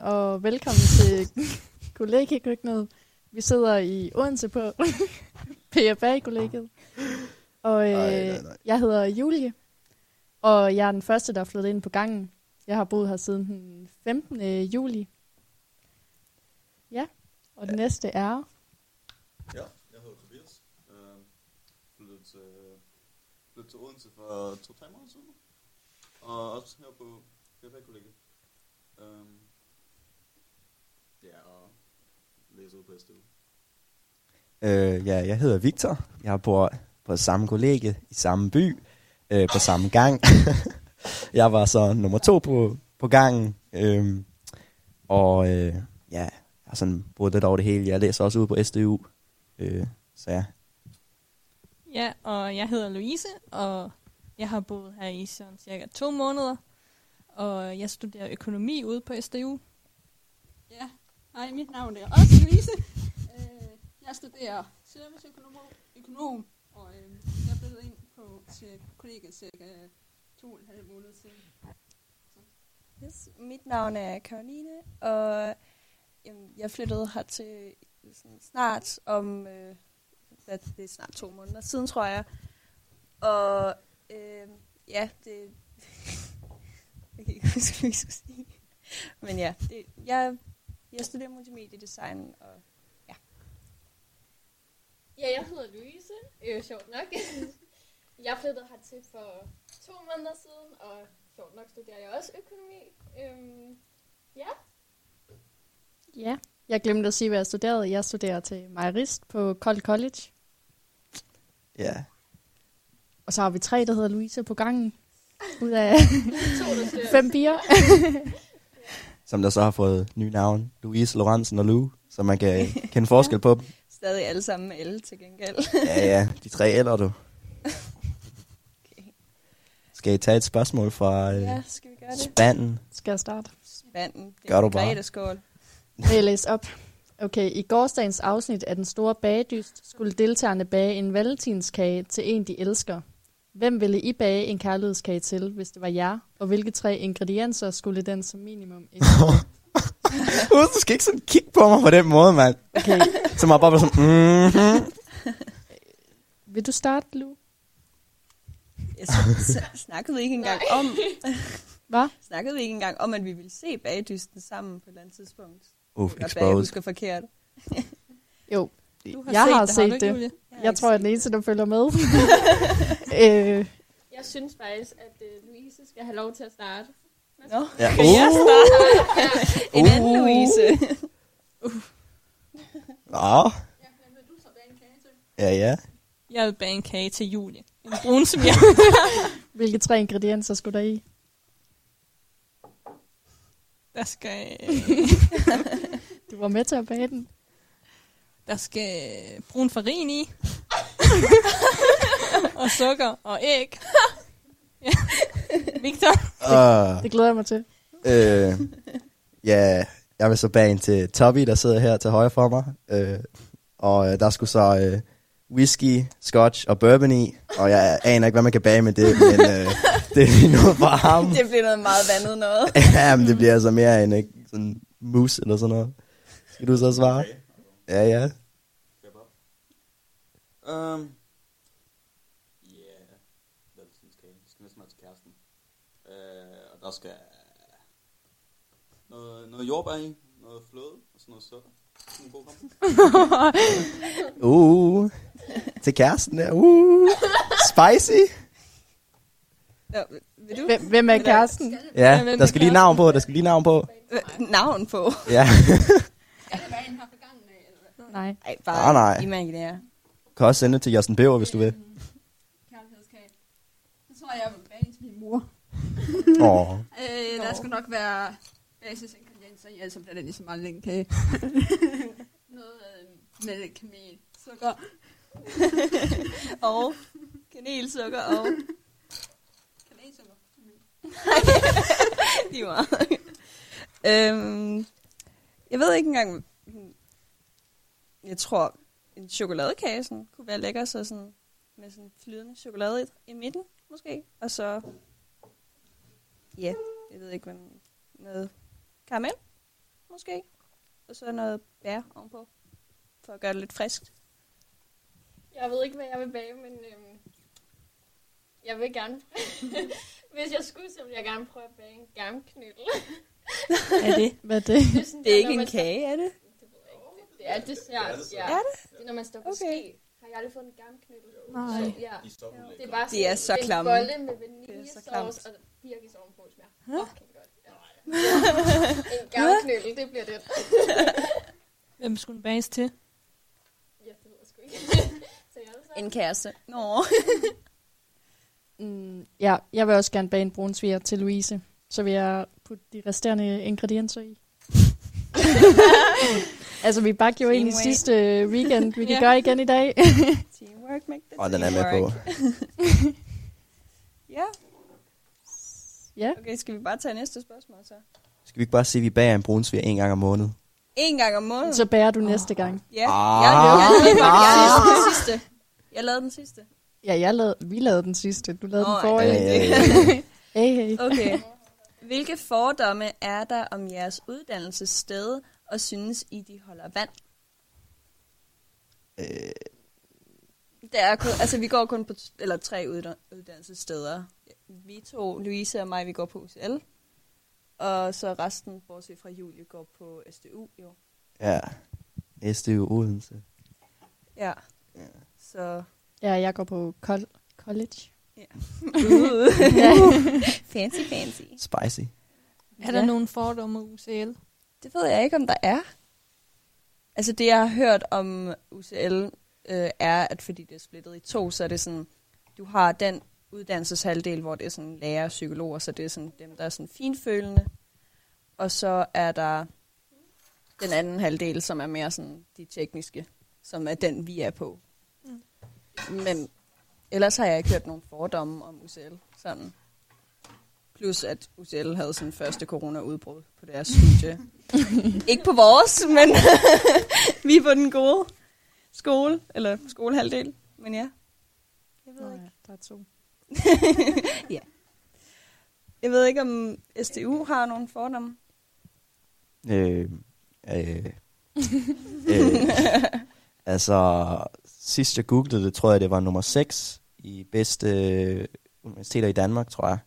og velkommen til kollegiekøkkenet. Vi sidder i Odense på PFA-kollegiet. Og Nej. jeg hedder Julie, og jeg er den første, der er flyttet ind på gangen. Jeg har boet her siden den 15. juli. Ja, og det næste er... Ja, jeg hedder Tobias. Flyttet til Odense for 2-3 måneder siden. Og også her på PFA-kollegiet. Ja, og læser ud på SDU. Ja, jeg hedder Victor. Jeg bor på samme kollegie, i samme by, på samme gang. Jeg var så nummer 2 på gangen. Jeg har sådan boet lidt over det hele. Jeg læser også ud på SDU. Så ja. Ja, og jeg hedder Louise, og jeg har boet her i sådan cirka 2 måneder. Og jeg studerer økonomi ude på SDU. Ja, hej, mit navn er også Louise. Jeg studerer serviceøkonom, og jeg er blevet ind til kollegiet cirka 2,5 måneder siden. Yes. Mit navn er Karoline, og jeg flyttede hertil snart det er snart 2 måneder siden, tror jeg. Og ja, det... jeg kan ikke huske, hvad jeg skulle sige. Men ja, jeg studerer multimediedesign, og ja. Ja, jeg hedder Louise, sjovt nok. Jeg flyttede hertil for 2 måneder siden, og sjovt nok studerer jeg også økonomi. Ja. Ja, jeg glemte at sige, hvad jeg studerede. Jeg studerer til mejerist på Kold College. Ja. Og så har vi 3, der hedder Louise på gangen. Ud af 2, 5 piger. Som der så har fået nye navn. Louise, Lorentzen og Lou. Så man kan kende forskel på dem. Stadig alle sammen med L til gengæld. Ja, de 3 L'er, du. Okay. Skal I tage et spørgsmål fra Ja, skal vi gøre det? spanden? Skal jeg starte? Spanden. Det Gør du er bare. Grete-skål. Vil jeg læse op? Okay, i gårsdagens afsnit af Den Store Bagedyst skulle deltagerne bage en valentinskage til en, de elsker. Hvem ville I bage en kærlighedskage til, hvis det var jer? Og hvilke 3 ingredienser skulle den som minimum indeholde? Du skal ikke sådan kigge på mig på den måde, mand. Okay, Så man bare sådan, vil du starte, Lu? Jeg snakkede vi ikke engang om... Hvad? Snakkede vi ikke engang om, at vi ville se bagdysten sammen på et eller andet tidspunkt? Det kan godt være, jeg exposed. husker forkert. Jo, Du har Jeg set har det, set du ikke, det. Julie? jeg tror, jeg er den eneste, der følger med. Jeg synes faktisk, at Louise skal have lov til at starte. Nå, Ja. kan jeg starte? En anden Louise. Nå. Vil du så bage en kage til? Ja. Jeg vil bage en kage til Julie. En brun som jeg. Hvilke 3 ingredienser skulle der i? Der skal, Du var med til at bage den. der skal brun farin i. Og sukker og æg. Ja. Victor? Det glæder jeg mig til. Ja, jeg vil så bage en til Toby, der sidder her til højre for mig. Der skulle så whisky, scotch og bourbon i. Og jeg aner ikke, hvad man kan bage med det, men det er lige noget fra ham. Det bliver noget meget vandet noget. Ja, men det bliver altså mere end ikke sådan mousse eller sådan noget. Skal du så svare? Ja. Valentinskage. Det skal næsten være til kæresten. Og der skal noget jordbær i, noget fløde og sådan noget sukker. Sådan en god kombo. Til kæresten der. Spicy. Nå, vil du? Hvem er kæresten? Ja, der skal lige navn på. Navn på? Ja. Er det være en her på gangen af, eller hvad? Nej. Ej, bare Nej. imaginære. Kan også sende det til Justin Bieber, hvis du vil. Kærlighedskage. Så tror jeg vil bage en til min mor. Der skal nok være basisingredienser i, altså blandt andet så meget længe kage. Noget mælk, kanel, sukker. Og kanelsukker og... Kanelsukker. Lige meget. Jeg ved ikke engang... Jeg tror, en chokoladekage sådan, kunne være lækker, så sådan, med sådan flydende chokolade i midten, måske. Og så... Ja, jeg ved ikke, hvad... Noget karamel? måske. Og så noget bær ovenpå, for at gøre det lidt friskt. Jeg ved ikke, hvad jeg vil bage, men jeg vil gerne... Hvis jeg skulle, så ville jeg gerne prøve at bage en garmknødel. Er det? Hvad er det? Sådan, Det er ikke når en man kage, er det? Det ved jeg ikke. Det er dessert, ja. Er det? Det er, når man står på Okay. ski. Har jeg aldrig fået en garmknødel? Nej. Ja. De står på Det er bare De er så en klamme. bolle med Det er så klamt. vaniljesauce og birkis ovenpå. Det smager fucking godt. Ja. En garmknødel, det bliver det. Hvem skulle den bages til? Ja, det ved jeg sgu ikke. Så jeg er En kæreste. Nå. Ja, jeg vil også gerne bage en brunsviger til Louise. Så vil jeg putte de resterende ingredienser i. Altså, vi bagte jo ind i Teamwork. sidste weekend. Vi kan Ja. gøre igen i dag. Teamwork, make the Og den er med på. Ja. Ja. Okay, skal vi bare tage næste spørgsmål så? Skal vi ikke bare sige, at vi bager en brunsviger en gang om måneden? En gang om måneden? Så bærer du næste gang. Ja, Ah. jeg lavede den sidste. Ja, vi lavede den sidste. Du lavede den Åh, forrige. Ja. Hey. Okay. Hvilke fordomme er der om jeres uddannelsessted, og synes I, de holder vand? Der er kun, altså, vi går kun på 3 uddannelsessteder. Vi to, Louise og mig, vi går på UCL. Og så resten, bortset fra Julie, går på SDU, jo. Ja. SDU Odense. Ja. Ja. Så... Ja, jeg går på college. Fancy. Spicy. Er der nogen fordomme om UCL? Det ved jeg ikke, om der er. Altså det, jeg har hørt om UCL, er, at fordi det er splittet i 2, så er det sådan, du har den uddannelseshalvdel, hvor det er sådan lærer og psykologer, så det er sådan dem, der er sådan finfølende. Og så er der den anden halvdel, som er mere sådan de tekniske, som er den, vi er på. Men ellers har jeg ikke hørt nogen fordomme om UCL. Sådan. Plus at UCL havde sin første corona-udbrud på deres studie. Ikke på vores, men vi er på den gode skole, eller skolehalvdel. Men ja, jeg ved ikke. Der er 2. Ja. Jeg ved ikke, om SDU har nogen fordomme. Altså, sidst jeg googlede det, tror jeg, det var nummer 6 i bedste universiteter i Danmark, tror jeg.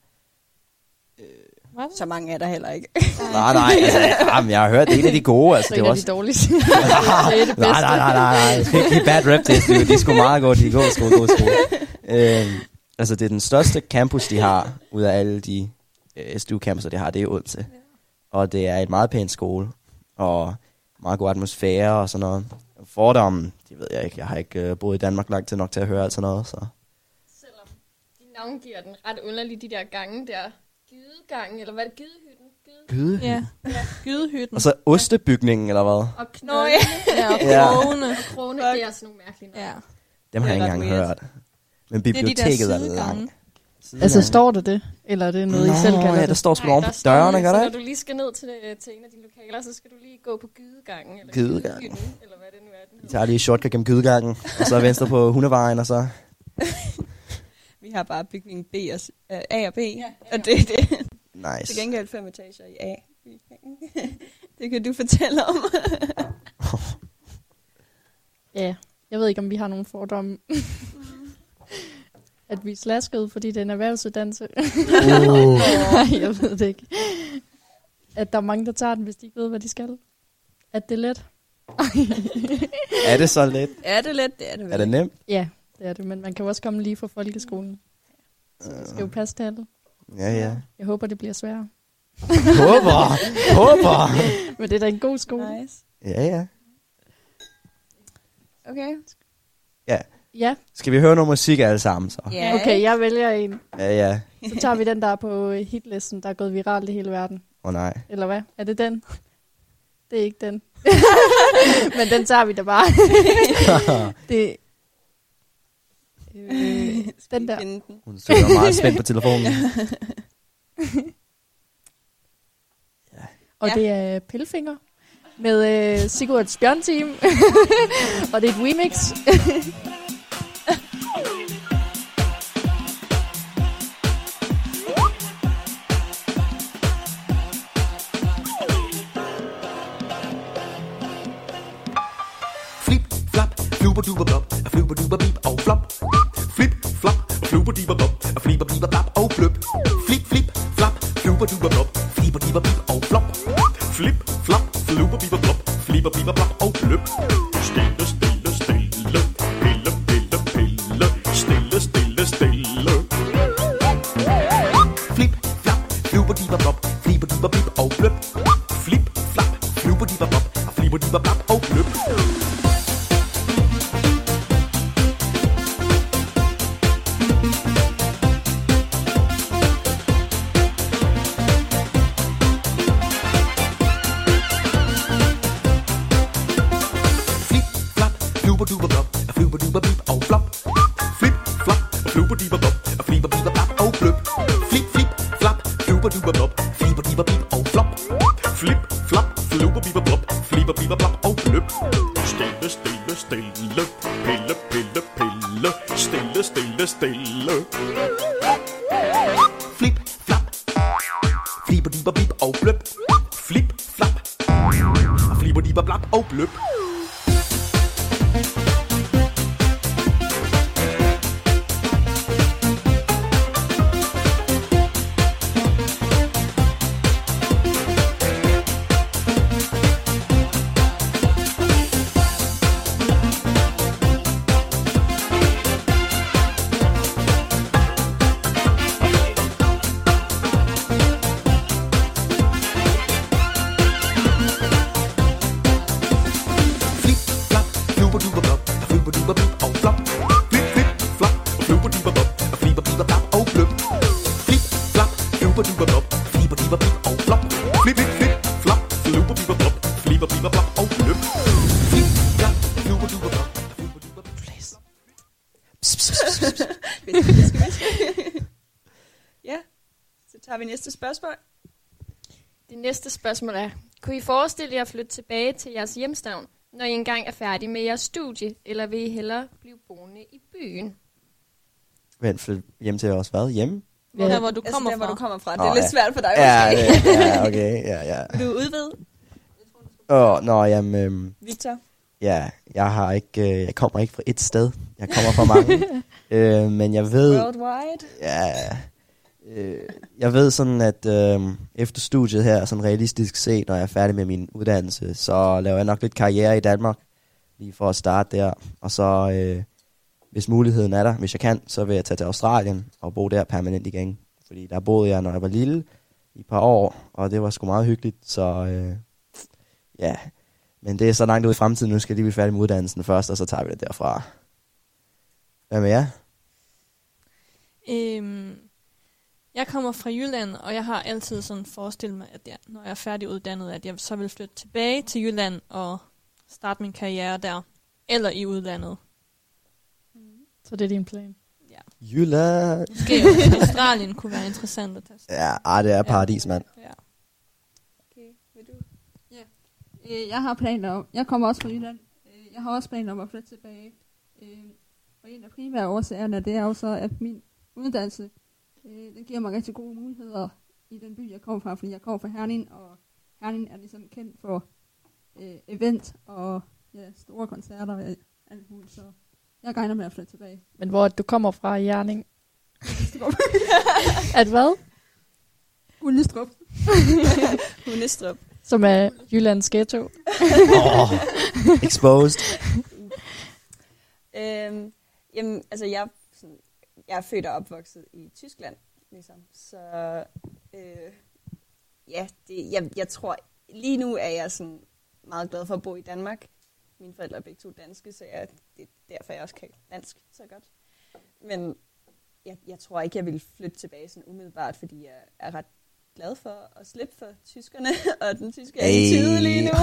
Så mange er der heller ikke. Nej, altså, jamen, jeg har hørt, det er en af de gode. Altså, Så det en var af også... de dårligste. Det er det bedste. Nej. Jeg skal ikke give bad rap til SDU. De er sgu meget gode, de er gode skole. Altså, det er den største campus, de har, ud af alle de SDU-campuser, de har, det er Odense. Og det er et meget pænt skole, og meget god atmosfære og sådan noget. Fordommen, det ved jeg ikke. Jeg har ikke boet i Danmark lang tid nok til at høre alt sådan noget, så... Selvom de navngiver den ret underligt, de der gange der. Gydegangen, eller hvad er det? Gydehytten? Gyde. Ja. Gydehytten. Og så ostebygningen, eller hvad? Og knolde. Ja, og Ja. krogene. Og krone, det er sådan nogle mærkelige navne. Ja. Dem har jeg Det ikke er engang ret hørt. Men Det er de der biblioteket er sidegange. langt. Altså, står der det? Eller er det noget, I selv kalder ja, det? der står sgu oven på der står dørene, lige, gør så der når ikke? du lige skal ned til en af dine lokaler, så skal du lige gå på gydegangen. Eller Gydegangen. gydehytten, eller hvad det nu er, den Vi hedder. tager lige shortcut gennem Gydegangen, og så venstre på Hundevejen, og så... Vi har bare bygningen B og, A og B, Ja. og det er det. Til Nice. gengæld 5 etager i A. Det kan du fortælle om. Ja, jeg ved ikke, om vi har nogen fordomme. At vi er slaskede, fordi det er en erhvervsuddannelse. Nej, jeg ved det ikke. At der er mange, der tager den, hvis de ikke ved, hvad de skal. At det er let. Er det så let? Er det let? Det er det vel. Er det nemt? Ja, det er det, men man kan jo også komme lige fra folkeskolen. Så det skal jo passe til alle. Ja. Jeg håber, det bliver sværere. Håber! Men det er da en god skole. Nice. Ja. Okay. Ja, Skal vi høre noget musik alle sammen, så? Ja. okay, jeg vælger en. Ja. Så tager vi den, der er på hitlisten, der er gået viralt i hele verden. Nej. Eller hvad? Er det den? Det er ikke den. Men den tager vi da bare. Det, den der. Kende den. Hun stod meget spændt på telefonen. Og Ja. det er Pillefinger med Sigurds Bjørnteam. Og det er et remix. fluberduberblop, a fluberduberbip og flop. Flip, flop, fluberduberblop, a fliberbiberblap og bløb. Flip, flip, flap, fluberduberblop, fliberbiberbip og flop. Flip, flap, fluberbiberblop, fliberbiberblap og bløb. Stille, stille, stille, pille, pille, pille, stille, stille, stille. Flip, flap, fluberdiberblop, fliberdiberbip og bløb. Flip, flap, fluberdiberblop, fliberdiberblap og bløb. Fluberduberblop, a fluberduberbip og flop. Flip, flop, fluberdiberblop, a fliberbiberblap og bløb. Flip, flip, flap, fluberduberblop, fliberdiberbip og flop. Flip, flop, fluberbiberblop, fliberbiberblap og bløb. Stille, stille, stille, pille, pille, pille, stille, stille, stille. Flip, flap, fliberdiberbip og bløb. Flip, flap, fliberdiberblap og bløb. Ja, så tager vi næste spørgsmål. Det næste spørgsmål er, kunne I forestille jer at flytte tilbage til jeres hjemstavn, når I engang er færdige med jeres studie, eller vil I hellere blive boende i byen? Men flytte hjem til os hvad? Hjemme? Ja. Der, hvor du Altså kommer der, hvor fra. du kommer fra. Det er lidt svært for dig, Ja, måske. ja, okay, ja. Vil du udvide? Victor? Ja, jeg kommer ikke fra et sted. Jeg kommer fra mange. Men jeg ved... Worldwide? Ja, jeg ved sådan, at efter studiet her, sådan realistisk set, når jeg er færdig med min uddannelse, så laver jeg nok lidt karriere i Danmark, lige for at starte der. Og så, hvis muligheden er der, hvis jeg kan, så vil jeg tage til Australien og bo der permanent igen. Fordi der boede jeg, når jeg var lille, i et par år, og det var sgu meget hyggeligt. Så ja, men det er så langt ud i fremtiden. Nu skal jeg lige blive færdig med uddannelsen først, og så tager vi det derfra. Hvad med jer? Jeg kommer fra Jylland, og jeg har altid sådan forestillet mig, at når jeg er færdiguddannet, at jeg så vil flytte tilbage til Jylland og starte min karriere der, eller i udlandet. Så det er din plan? Ja. Jylland! Måske også Australien kunne være interessant at teste. Ja, det er paradis, mand. Ja. Okay, vil du? Jeg har planer om, jeg kommer også fra Jylland, jeg har også planer om at flytte tilbage. Og en af primære årsagerne, det er jo så, at min uddannelse, den giver mig rigtig gode muligheder i den by, jeg kommer fra, fordi jeg kommer fra Herning, og Herning er ligesom kendt for event og store koncerter og alt muligt, så jeg regner med at flytte tilbage. Men hvor du kommer fra, Hjerning? At hvad? Hundestrup. Hundestrup. Som er Jyllands ghetto. Exposed. Jamen, altså jeg er født og opvokset i Tyskland, ligesom. Så jeg tror, lige nu er jeg sådan meget glad for at bo i Danmark. Mine forældre er begge to danske, så det er derfor, jeg også kan dansk så godt. Men jeg tror ikke, jeg vil flytte tilbage sådan umiddelbart, fordi jeg er ret glad for at slippe for tyskerne, og den tyske attitude lige nu.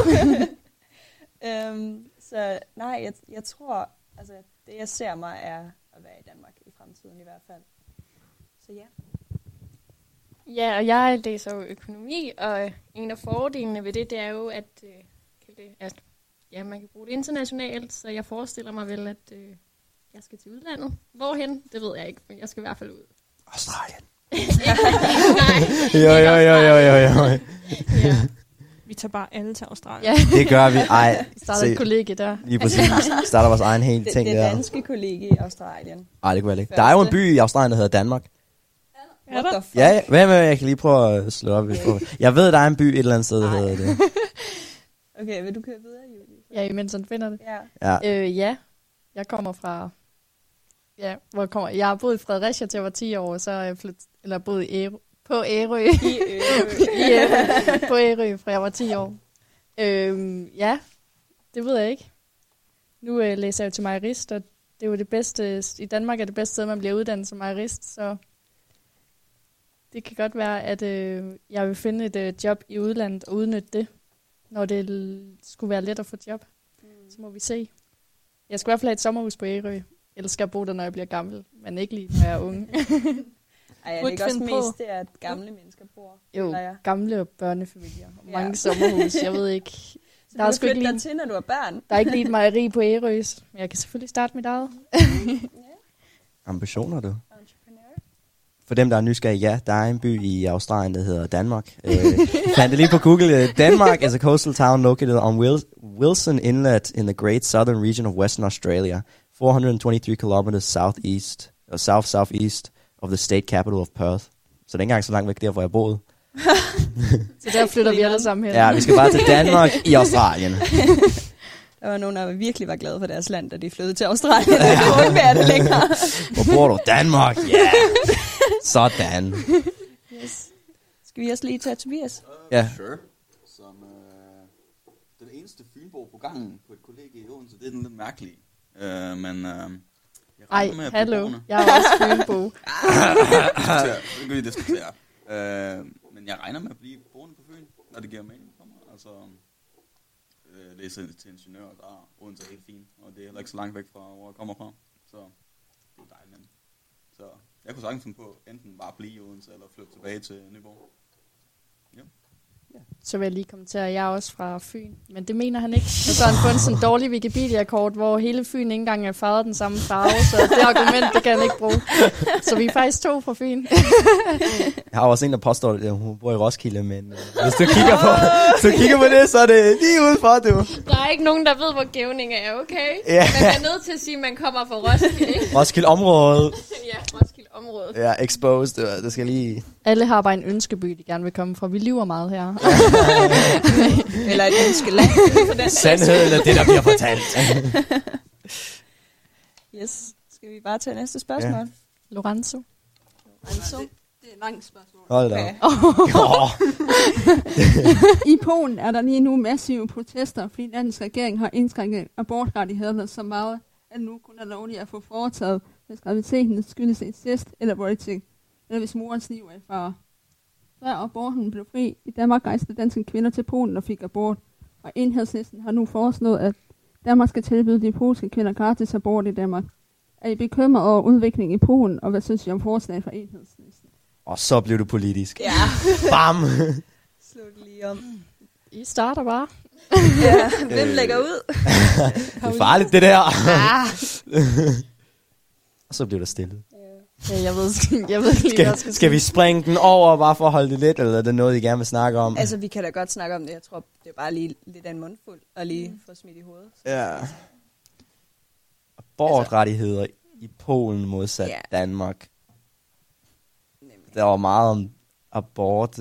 Så nej, jeg tror, altså det jeg ser mig er at være i Danmark i fremtiden i hvert fald. Så ja. Ja, og jeg læser jo økonomi, og en af fordelene ved det er jo, at man kan bruge det internationalt, så jeg forestiller mig vel, at jeg skal til udlandet. Hvorhen? Det ved jeg ikke, men jeg skal i hvert fald ud. Australien. Nej. Jo. Ja. Vi tager bare alle til Australien. Ja, Det gør vi. Ej, vi startede et kollegie der. lige præcis. Starter vores egen helt ting Det der. danske kollega i Australien. Ej, det kunne være lækkert. Der er jo en by i Australien, der hedder Danmark. Er der? Ja, ja. Hvad med, jeg kan lige prøve at slå op. Jeg ved, der er en by et eller andet sted, der hedder det. Okay, vil du køre videre, Julie? Ja, imens han finder det. Ja. Ja. Jeg kommer fra... Ja, hvor kommer jeg? Jeg har boet i Fredericia til jeg var 10 år, så har jeg boet i på Ærø. På Ærø, fra jeg var 10 år. Ja, det ved jeg ikke. Nu læser jeg jo til mejerist, og det er jo det bedste... I Danmark er det bedste sted, man bliver uddannet som mejerist, så... Det kan godt være, at jeg vil finde et job i udlandet og udnytte det, når det skulle være let at få job. Så må vi se. Jeg skal i hvert fald have et sommerhus på Ærø. Ellers skal jeg bo der, når jeg bliver gammel, men ikke lige, når jeg er unge. Ej, er det ikke også mest det, at gamle mennesker bor? Jo, Eller ja? gamle børnefamilier og mange sommerhus. Jeg ved ikke. Så Der er du sgu ikke flytter lige, til, når du har børn? der er ikke lige et mejeri på Ærø, men jeg kan selvfølgelig starte mit eget. Ambitioner, du. Entrepreneur. For dem, der er nysgerrige, ja, der er en by i Australien, der hedder Danmark. Fandt det lige på Google. Denmark is a coastal town located on Wilson Inlet in the Great Southern Region of Western Australia, 423 kilometers southeast of the state capital of Perth. Så det er ikke engang så langt væk der, hvor jeg boede. Så der flytter vi alle sammen hen. Ja, vi skal bare til Danmark i Australien. Der var nogen, der virkelig var glade for deres land, da de flyttede til Australien. Det kunne ikke være det længere. Hvor bor du? Danmark, ja. Yeah. Sådan. Yes. Skal vi også lige tage Tobias? Ja. Sure. Som den eneste fynbo på gangen på et kollegie i Odense, det er den lidt mærkelige. Men jeg Ej, regner med at hallo. beboerne- Jeg er også fynbo. Det kan vi diskutere. Men jeg regner med at blive boende på Fyn, når det giver mening for mig. Altså, læse til ingeniør, der er Odense er helt fint, og det er heller ikke så langt væk fra, hvor jeg kommer fra. Så det er dejligt nemt. Så jeg kunne sagtens finde på enten bare at blive i Odense, eller flytte tilbage til Nyborg. Så vil jeg lige kommentere, at jeg er også fra Fyn. Men det mener han ikke. Og så har han fundet sådan en dårlig Wikipedia-kort, hvor hele Fyn ikke engang er farvet den samme farve. Så det argument, det kan han ikke bruge. Så vi er faktisk 2 fra Fyn. Jeg har også en, der påstår, at hun bor i Roskilde, men hvis du kigger på det, så er det lige udenfor, du. Der er ikke nogen, der ved, hvor Gævning er, okay? Ja. Man er nødt til at sige, at man kommer fra Roskilde, ikke? Roskilde område. Ja, Roskilde-området. Ja, exposed. Det skal lige... Alle har bare en ønskeby, de gerne vil komme fra. Vi lyver meget her. Eller et ønskeland. Sandheden er det, der bliver fortalt. Yes. Skal vi bare tage næste spørgsmål? Ja. Lorenzo. Altså. Det er et langt spørgsmål. Hold da Okay. op. I Polen er der lige nu massive protester, fordi landets regering har indskrænket abortrettighederne så meget, at nu kun er lovligt at få foretaget, hvis graviditeten skyldes incest eller voldtægt, eller hvis morens liv er i fare. Før aborten blev fri, i Danmark rejste danske kvinder til Polen og fik abort, og Enhedslisten har nu foreslået, at Danmark skal tilbyde de polske kvinder gratis abort i Danmark. Er I bekymret over udviklingen i Polen, og hvad synes I om forslag fra Enhedslisten? Og så blev du politisk. Ja. Bam! Slå det lige om. I starter bare. Ja, hvem lægger ud? Det er farligt, det der. Og så blev der stille. Ja, jeg ved ikke lige, hvad jeg Skal vi springe den over, bare for at holde det lidt, eller er det noget, I gerne vil snakke om? Altså, vi kan da godt snakke om det. Jeg tror, det er bare lige lidt af en mundfuld, og lige få smidt i hovedet. Ja. Abortrettigheder i Polen modsat Ja. Danmark. Nemlig. Der var meget om abort.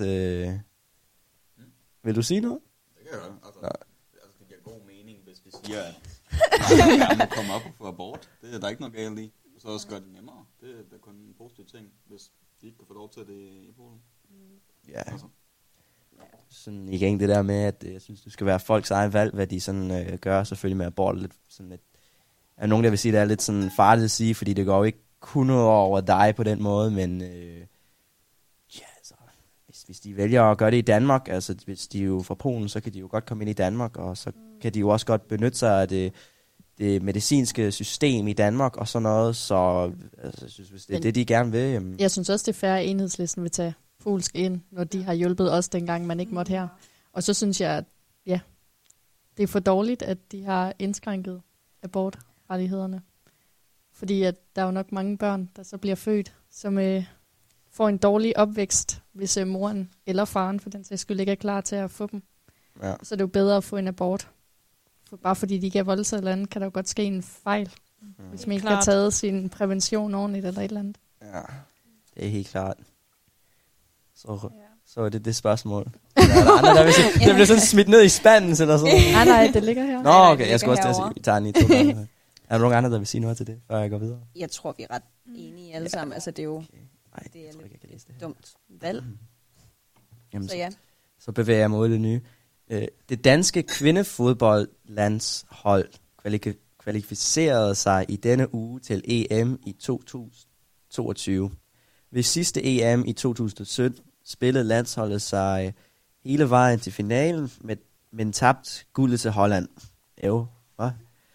Vil du sige noget? Det kan jeg gøre. Altså, Ja. det giver god mening, hvis vi siger, at man gerne må komme op og få abort. Det er der ikke noget galt i. Så også gør det nemmere. Det er kun en positiv ting, hvis de ikke kan få lov til det i Polen. Ja. Altså. Sådan igen det der med, at jeg synes, det skal være folks egen valg, hvad de sådan gør, selvfølgelig med abort. Lidt, sådan lidt. Er nogen, der vil sige, det er lidt sådan farligt at sige, fordi det går jo ikke kun over dig på den måde, men ja, altså, hvis de vælger at gøre det i Danmark, altså hvis de er jo fra Polen, så kan de jo godt komme ind i Danmark, og så kan de jo også godt benytte sig af det medicinske system i Danmark og sådan noget, så altså, jeg synes, hvis det er det, de gerne vil. Jamen. Jeg synes også, det er fair, at Enhedslisten vil tage polsk ind, når de har hjulpet os dengang, man ikke måtte her. Og så synes jeg, at ja, det er for dårligt, at de har indskrænket abortrettighederne. Fordi at der er jo nok mange børn, der så bliver født, som får en dårlig opvækst, hvis moren eller faren for den sags skyld ikke er klar til at få dem. Ja. Så er det jo bedre at få en abort. Bare fordi de ikke er voldtaget eller andet, kan der jo godt ske en fejl. Hvis man ikke har taget sin prævention ordentligt eller et eller andet. Ja, det er helt klart. Så er det spørgsmål. Der er andre, der vil sige, det bliver sådan smidt ned i spanden eller sådan. Nej, det ligger her. Nå, okay, jeg skal også til at sige, vi tager den i 2 gange. Er der nogen andre, der vil sige noget til det, før jeg går videre? Jeg tror, vi er ret enige alle sammen. Altså, det er jo Okay. det er lidt dumt valg. Jamen, Så ja. Så bevæger jeg mod det nye. Det danske kvindefodboldlandshold kvalificerede sig i denne uge til EM i 2022. Ved sidste EM i 2017 spillede landsholdet sig hele vejen til finalen, men tabt guldet til Holland. Jo, hvad?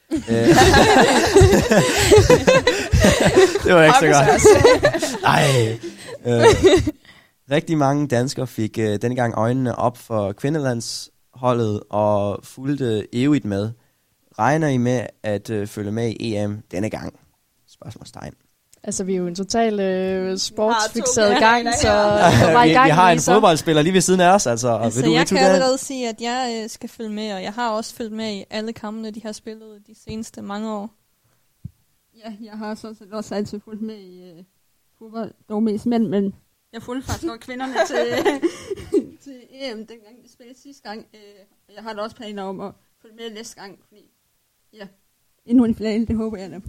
Det var ikke så godt. Ej. Rigtig mange danskere fik denne gang øjnene op for kvindelandsholdet og fulgte evigt med. Regner I med at følge med i EM denne gang? Spørgsmålstegn. Altså, vi er jo en total sportsfikseret gang, så var i gang. Vi har en fodboldspiller lige ved siden af os, altså. Altså, vil du jeg kan allerede sige, at jeg skal følge med, og jeg har også følgt med i alle kampene, de har spillet de seneste mange år. Ja, jeg har sådan set også altid fulgt med i fodbold, dog mest mænd, men jeg fulgte faktisk også kvinderne til EM, dengang de spillede sidste gang. Jeg har da også planer om at følge med næste gang, fordi ja, endnu en finale, det håber jeg da på.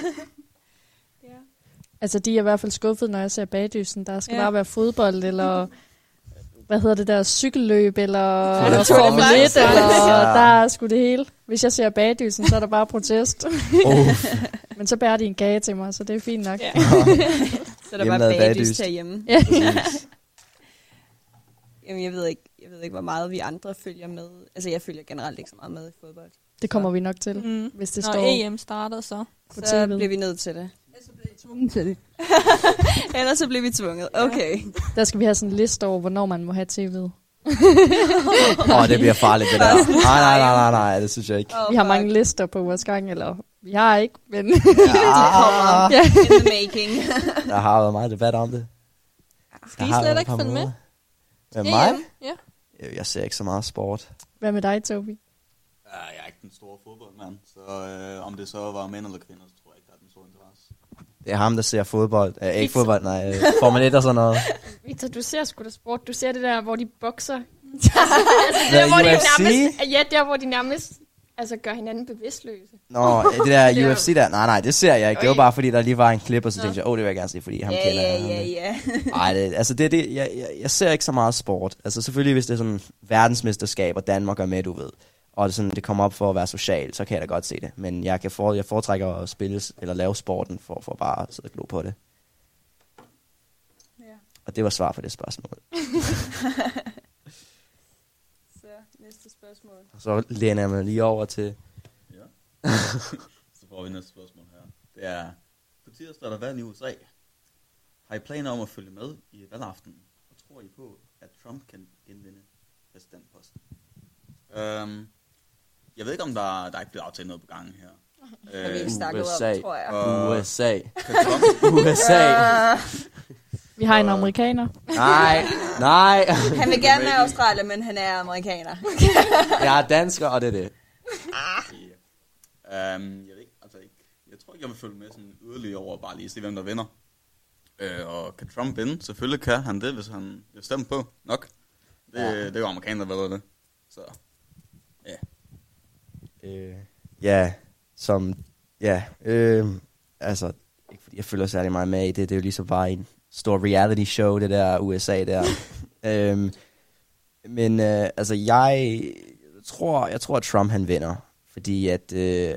Altså, de er i hvert fald skuffet, når jeg ser bagdysen. Der skal bare være fodbold, eller hvad hedder det der, cykelløb, eller Formel 1, eller der er sgu det hele. Hvis jeg ser bagdysen, så er der bare protest. Men så bærer de en gage til mig, så det er fint nok. Ja. Så der var bagdys herhjemme. Ja. Jamen, jeg ved ikke, hvor meget vi andre følger med. Altså, jeg følger generelt ikke så meget med i fodbold. Det kommer vi nok til, hvis det når står. Når EM starter, så bliver vi nødt til det. Ellers bliver vi tvunget til det. Ellers så bliver vi tvunget. Okay. Der skal vi have sådan en liste over, hvornår man må have tv'et. Det bliver farligt, det der. Nej, det synes jeg ikke. Vi har mange lister på vores gang, eller vi har ikke, men de kommer in the making. Der har været meget debat om det. Skal I slet ikke følge med? Med mig? Ja. Jeg ser ikke så meget sport. Hvad med dig, Toby? Jeg er ikke den store fodboldmand, så om det så var mænd eller kvinder, så tror jeg ikke, der er den store interesse. Det er ham, der ser fodbold. Ikke fodbold, nej. Formel 1 og sådan noget. Victor, du ser sgu da sport. Du ser det der, hvor de bokser. Der, hvor de nærmest gør hinanden bevidstløse. Nå, det der UFC der. Nej, det ser jeg ikke. Det var bare fordi, der lige var en klip, og så tænkte jeg, det vil jeg gerne se, fordi ham kender jeg. Ja. Nej, jeg ser ikke så meget sport. Altså selvfølgelig, hvis det er sådan verdensmesterskab, og Danmark er med, du ved. Og det kommer op for at være social, så kan jeg da godt se det. Men jeg foretrækker at spille eller lave sporten for bare at sidde og glo på det. Ja. Og det var svar på det spørgsmål. Så næste spørgsmål. Og så læner jeg mig lige over til... Ja. Så får vi næste spørgsmål her. Det er, på tirsdag er der valg i USA. Har I planer om at følge med i valgaftenen? Og tror I på, at Trump kan genvinde præsidentposten? Jeg ved ikke, om der er ikke blevet aftalt noget på gangen her. USA, tror jeg. USA. Vi har en amerikaner. Nej. Han vil gerne være Australien, men han er amerikaner. Jeg er dansker, og det er det. Jeg ved ikke, jeg tror ikke, jeg vil følge med sådan yderligere over bare lige se, hvem der vinder. Og kan Trump vinde? Selvfølgelig kan han det, hvis han vil stemme på nok. Det er jo amerikaner, der ved det. Så, altså, ikke fordi jeg følger særlig meget med i det. Det er jo ligesom bare en stor reality show, det der USA der. Jeg tror, at Trump han vinder. Fordi at,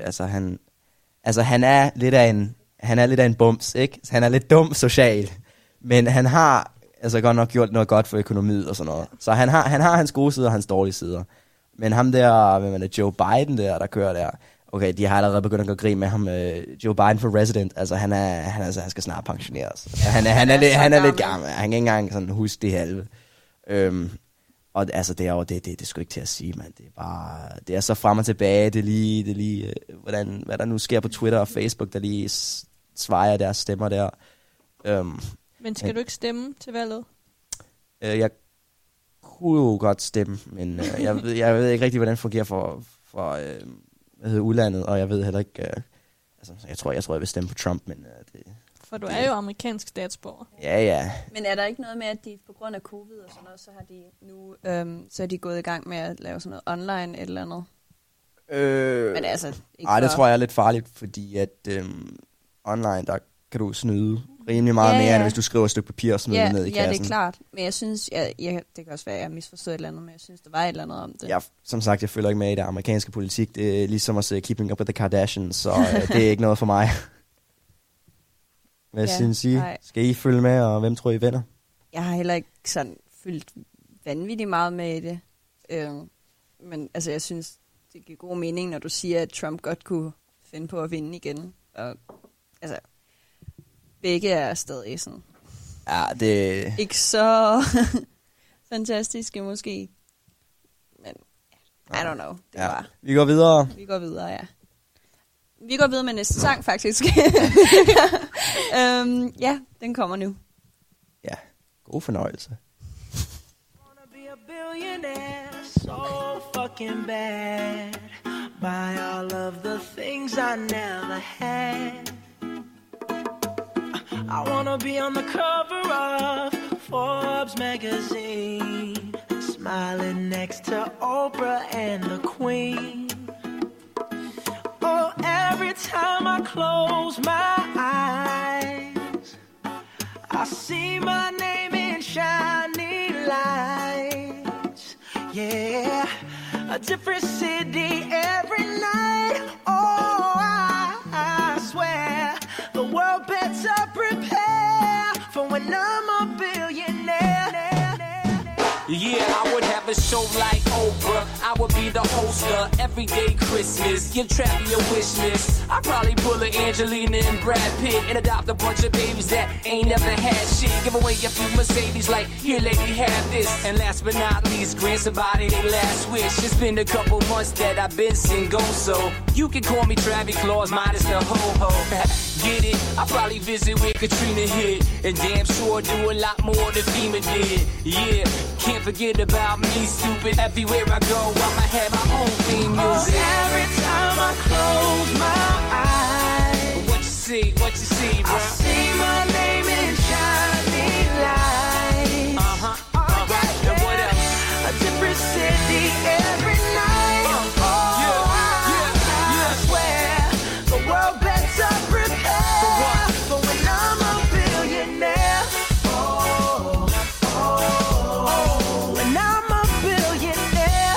han er lidt af en bums, ikke? Han er lidt dum social. Men han har godt nok gjort noget godt for økonomiet og sådan noget. Så han har hans gode sider og hans dårlige sider. Men ham der, Joe Biden der kører der, okay, de har allerede begyndt at gå grin med ham. Joe Biden for president, han skal snart pensioneres. Han er lidt gammel. Han kan ikke engang sådan huske det halve. Og det er sgu ikke til at sige, mand. Det er så frem og tilbage. Det er lige hvad der nu sker på Twitter og Facebook, der lige svejer deres stemmer der. Men skal du ikke stemme til valget? Jeg kunne jo godt stemme, men jeg ved ikke rigtig, hvordan det fungerer for udlandet, og jeg ved heller ikke... jeg tror, jeg vil stemme på Trump, men... For du er jo amerikansk statsborger. Ja. Men er der ikke noget med, at de på grund af covid og sådan noget, så har de nu så er de gået i gang med at lave sådan noget online et eller andet? Men altså, ikke det tror jeg er lidt farligt, fordi at online, der kan du snyde rimelig meget mere, end hvis du skriver et stykke papir og smider ned i kassen. Ja, det er klart. Men jeg synes, det kan også være, at jeg har misforstået et eller andet, men jeg synes, der var et eller andet om det. Som sagt, jeg følger ikke med i det amerikanske politik. Det er ligesom at se Keeping Up with the Kardashians, så det er ikke noget for mig. Hvad synes I? Skal I følge med, og hvem tror I vinder? Jeg har heller ikke sådan fyldt vanvittigt meget med i det. Men altså, jeg synes, det giver god mening, når du siger, at Trump godt kunne finde på at vinde igen. Og altså, begge er stadig sådan... Ja, det... Ikke så fantastiske måske. Men I don't know. Det var... Vi går videre. Vi går videre med næste sang, faktisk. Den kommer nu. Ja, god fornøjelse. Wanna be a billionaire, so fucking bad. Buy all of the things I never had. I wanna be on the cover of Forbes magazine, smiling next to Oprah and the Queen. Oh, every time I close my eyes, I see my name in shiny lights. Yeah, a different city every night. Oh, I swear the world better prepare for when I'm a billionaire. Yeah, I would have a show like Oprah. I would be the host of Everyday Christmas. Give Travis a wish list. I'd probably pull a Angelina and Brad Pitt and adopt a bunch of babies that ain't never had shit. Give away a few Mercedes like, here lady, have this. And last but not least, grant somebody their last wish. It's been a couple months that I've been single, so you can call me Travis Claus minus the ho-ho. Get it? I'll probably visit where Katrina hit, and damn sure do a lot more than FEMA did. Yeah, can't forget about me, stupid. Everywhere I go, I'ma have my own theme music. Oh, every time I close my eyes, What you see, bro? I see my name in shiny lights. Alright, and what else? A different city every night. I swear the world better prepare for when I'm a billionaire. When I'm a billionaire.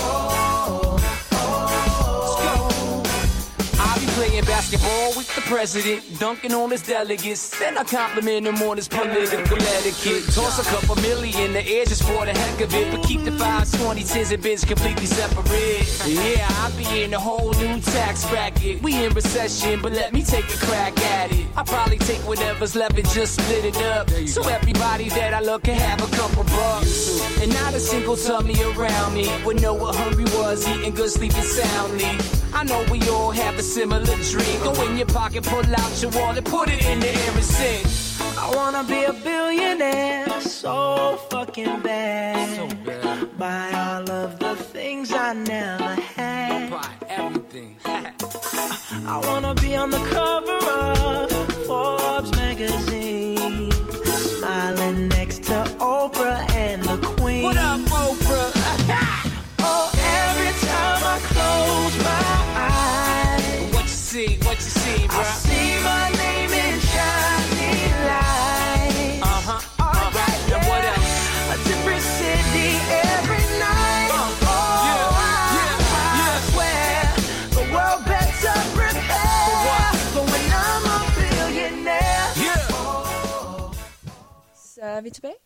Let's go. I'll be playing basketball with the president, dunking on his delegates. Then I compliment him on his political etiquette. Toss a couple million in the air just for the heck of it, but keep the 5s, 20s, 10s, and bins completely separate. Yeah, I'll be in a whole new tax bracket. We in recession, but let me take a crack at it. I'll probably take whatever's left and just split it up, so everybody that I love can have a couple bucks. And not a single tummy around me would know what hungry was, eating good, sleeping soundly. I know we all have a similar dream. Go in your pocket, pull out your wallet, put it in the air and sing. I wanna be a billionaire so fucking bad. So bad. Buy all of the things I never had. Buy everything. I wanna be on the cover of Forbes magazine, smiling next to Oprah and the Queen. What up, Oprah? Oh, every time I close my eyes, What you see, bro? I see my name in shiny lights. Alright, and what else? A different city every night. I swear the world better prepare for when I'm a billionaire. Så er vi tilbage.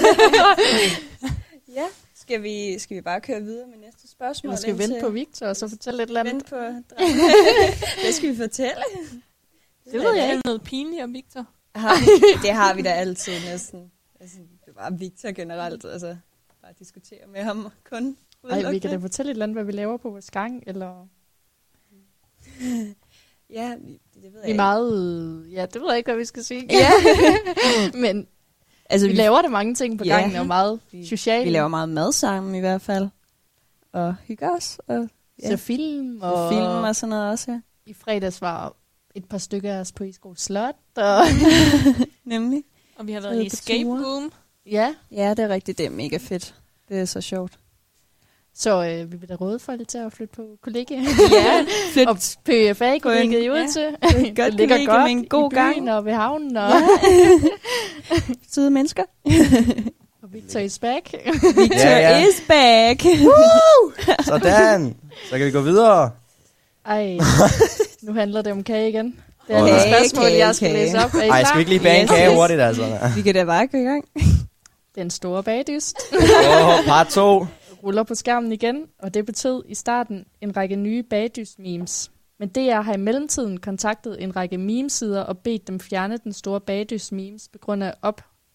Ja, skal vi bare køre videre med næste spørgsmål? Eller skal vi vente på Victor, og så fortælle et eller andet? Vente på Hvad skal vi fortælle? Det ved jeg Er ikke. det noget pinligt om Victor? Det har vi da altid næsten. Altså, det er bare Victor generelt. Altså, bare diskutere med ham kun. Ej, vi kan da fortælle et eller andet, hvad vi laver på vores gang, eller... Ja, det ved jeg Vi er meget... Ja, det ved jeg ikke, hvad vi skal sige. Ja. Men Altså, Vi laver det mange ting på Ja. gangen, og meget socialt. Vi laver meget mad sammen i hvert fald. Og hygger os. Og ser film. og film og sådan noget også, ja. I fredags var et par stykker af os på Iskov Slot. Og Nemlig. Og vi har været i på escape ture. room. ja, Ja, det er rigtigt. Det er mega fedt. Det er så sjovt. så vi vil da råde folk til at flytte på kollega. Ja, flyt Og PFA-kollegiet i Ja. Odense. godt Det ligger kollegie godt med en god i byen gang. og ved havnen. Og, Ja. Søde mennesker. og Victor is back. Victor Ja. is back. Sådan. Så kan vi gå videre. Ej, nu handler det om kage igen. Det er Åh, lige nej. et spørgsmål, Kage, jeg skal kage. læse op. Er I Ej, klar? skal vi ikke lige bage en Yes, kage yes. hurtigt, altså? Vi kan da bare gå i gang. Den store bagdyst Part 2. ruller på skærmen igen, og det betød i starten en række nye bagdyst-memes. Men DR har i mellemtiden kontaktet en række memesider og bedt dem fjerne den store bagdyst-memes på grund af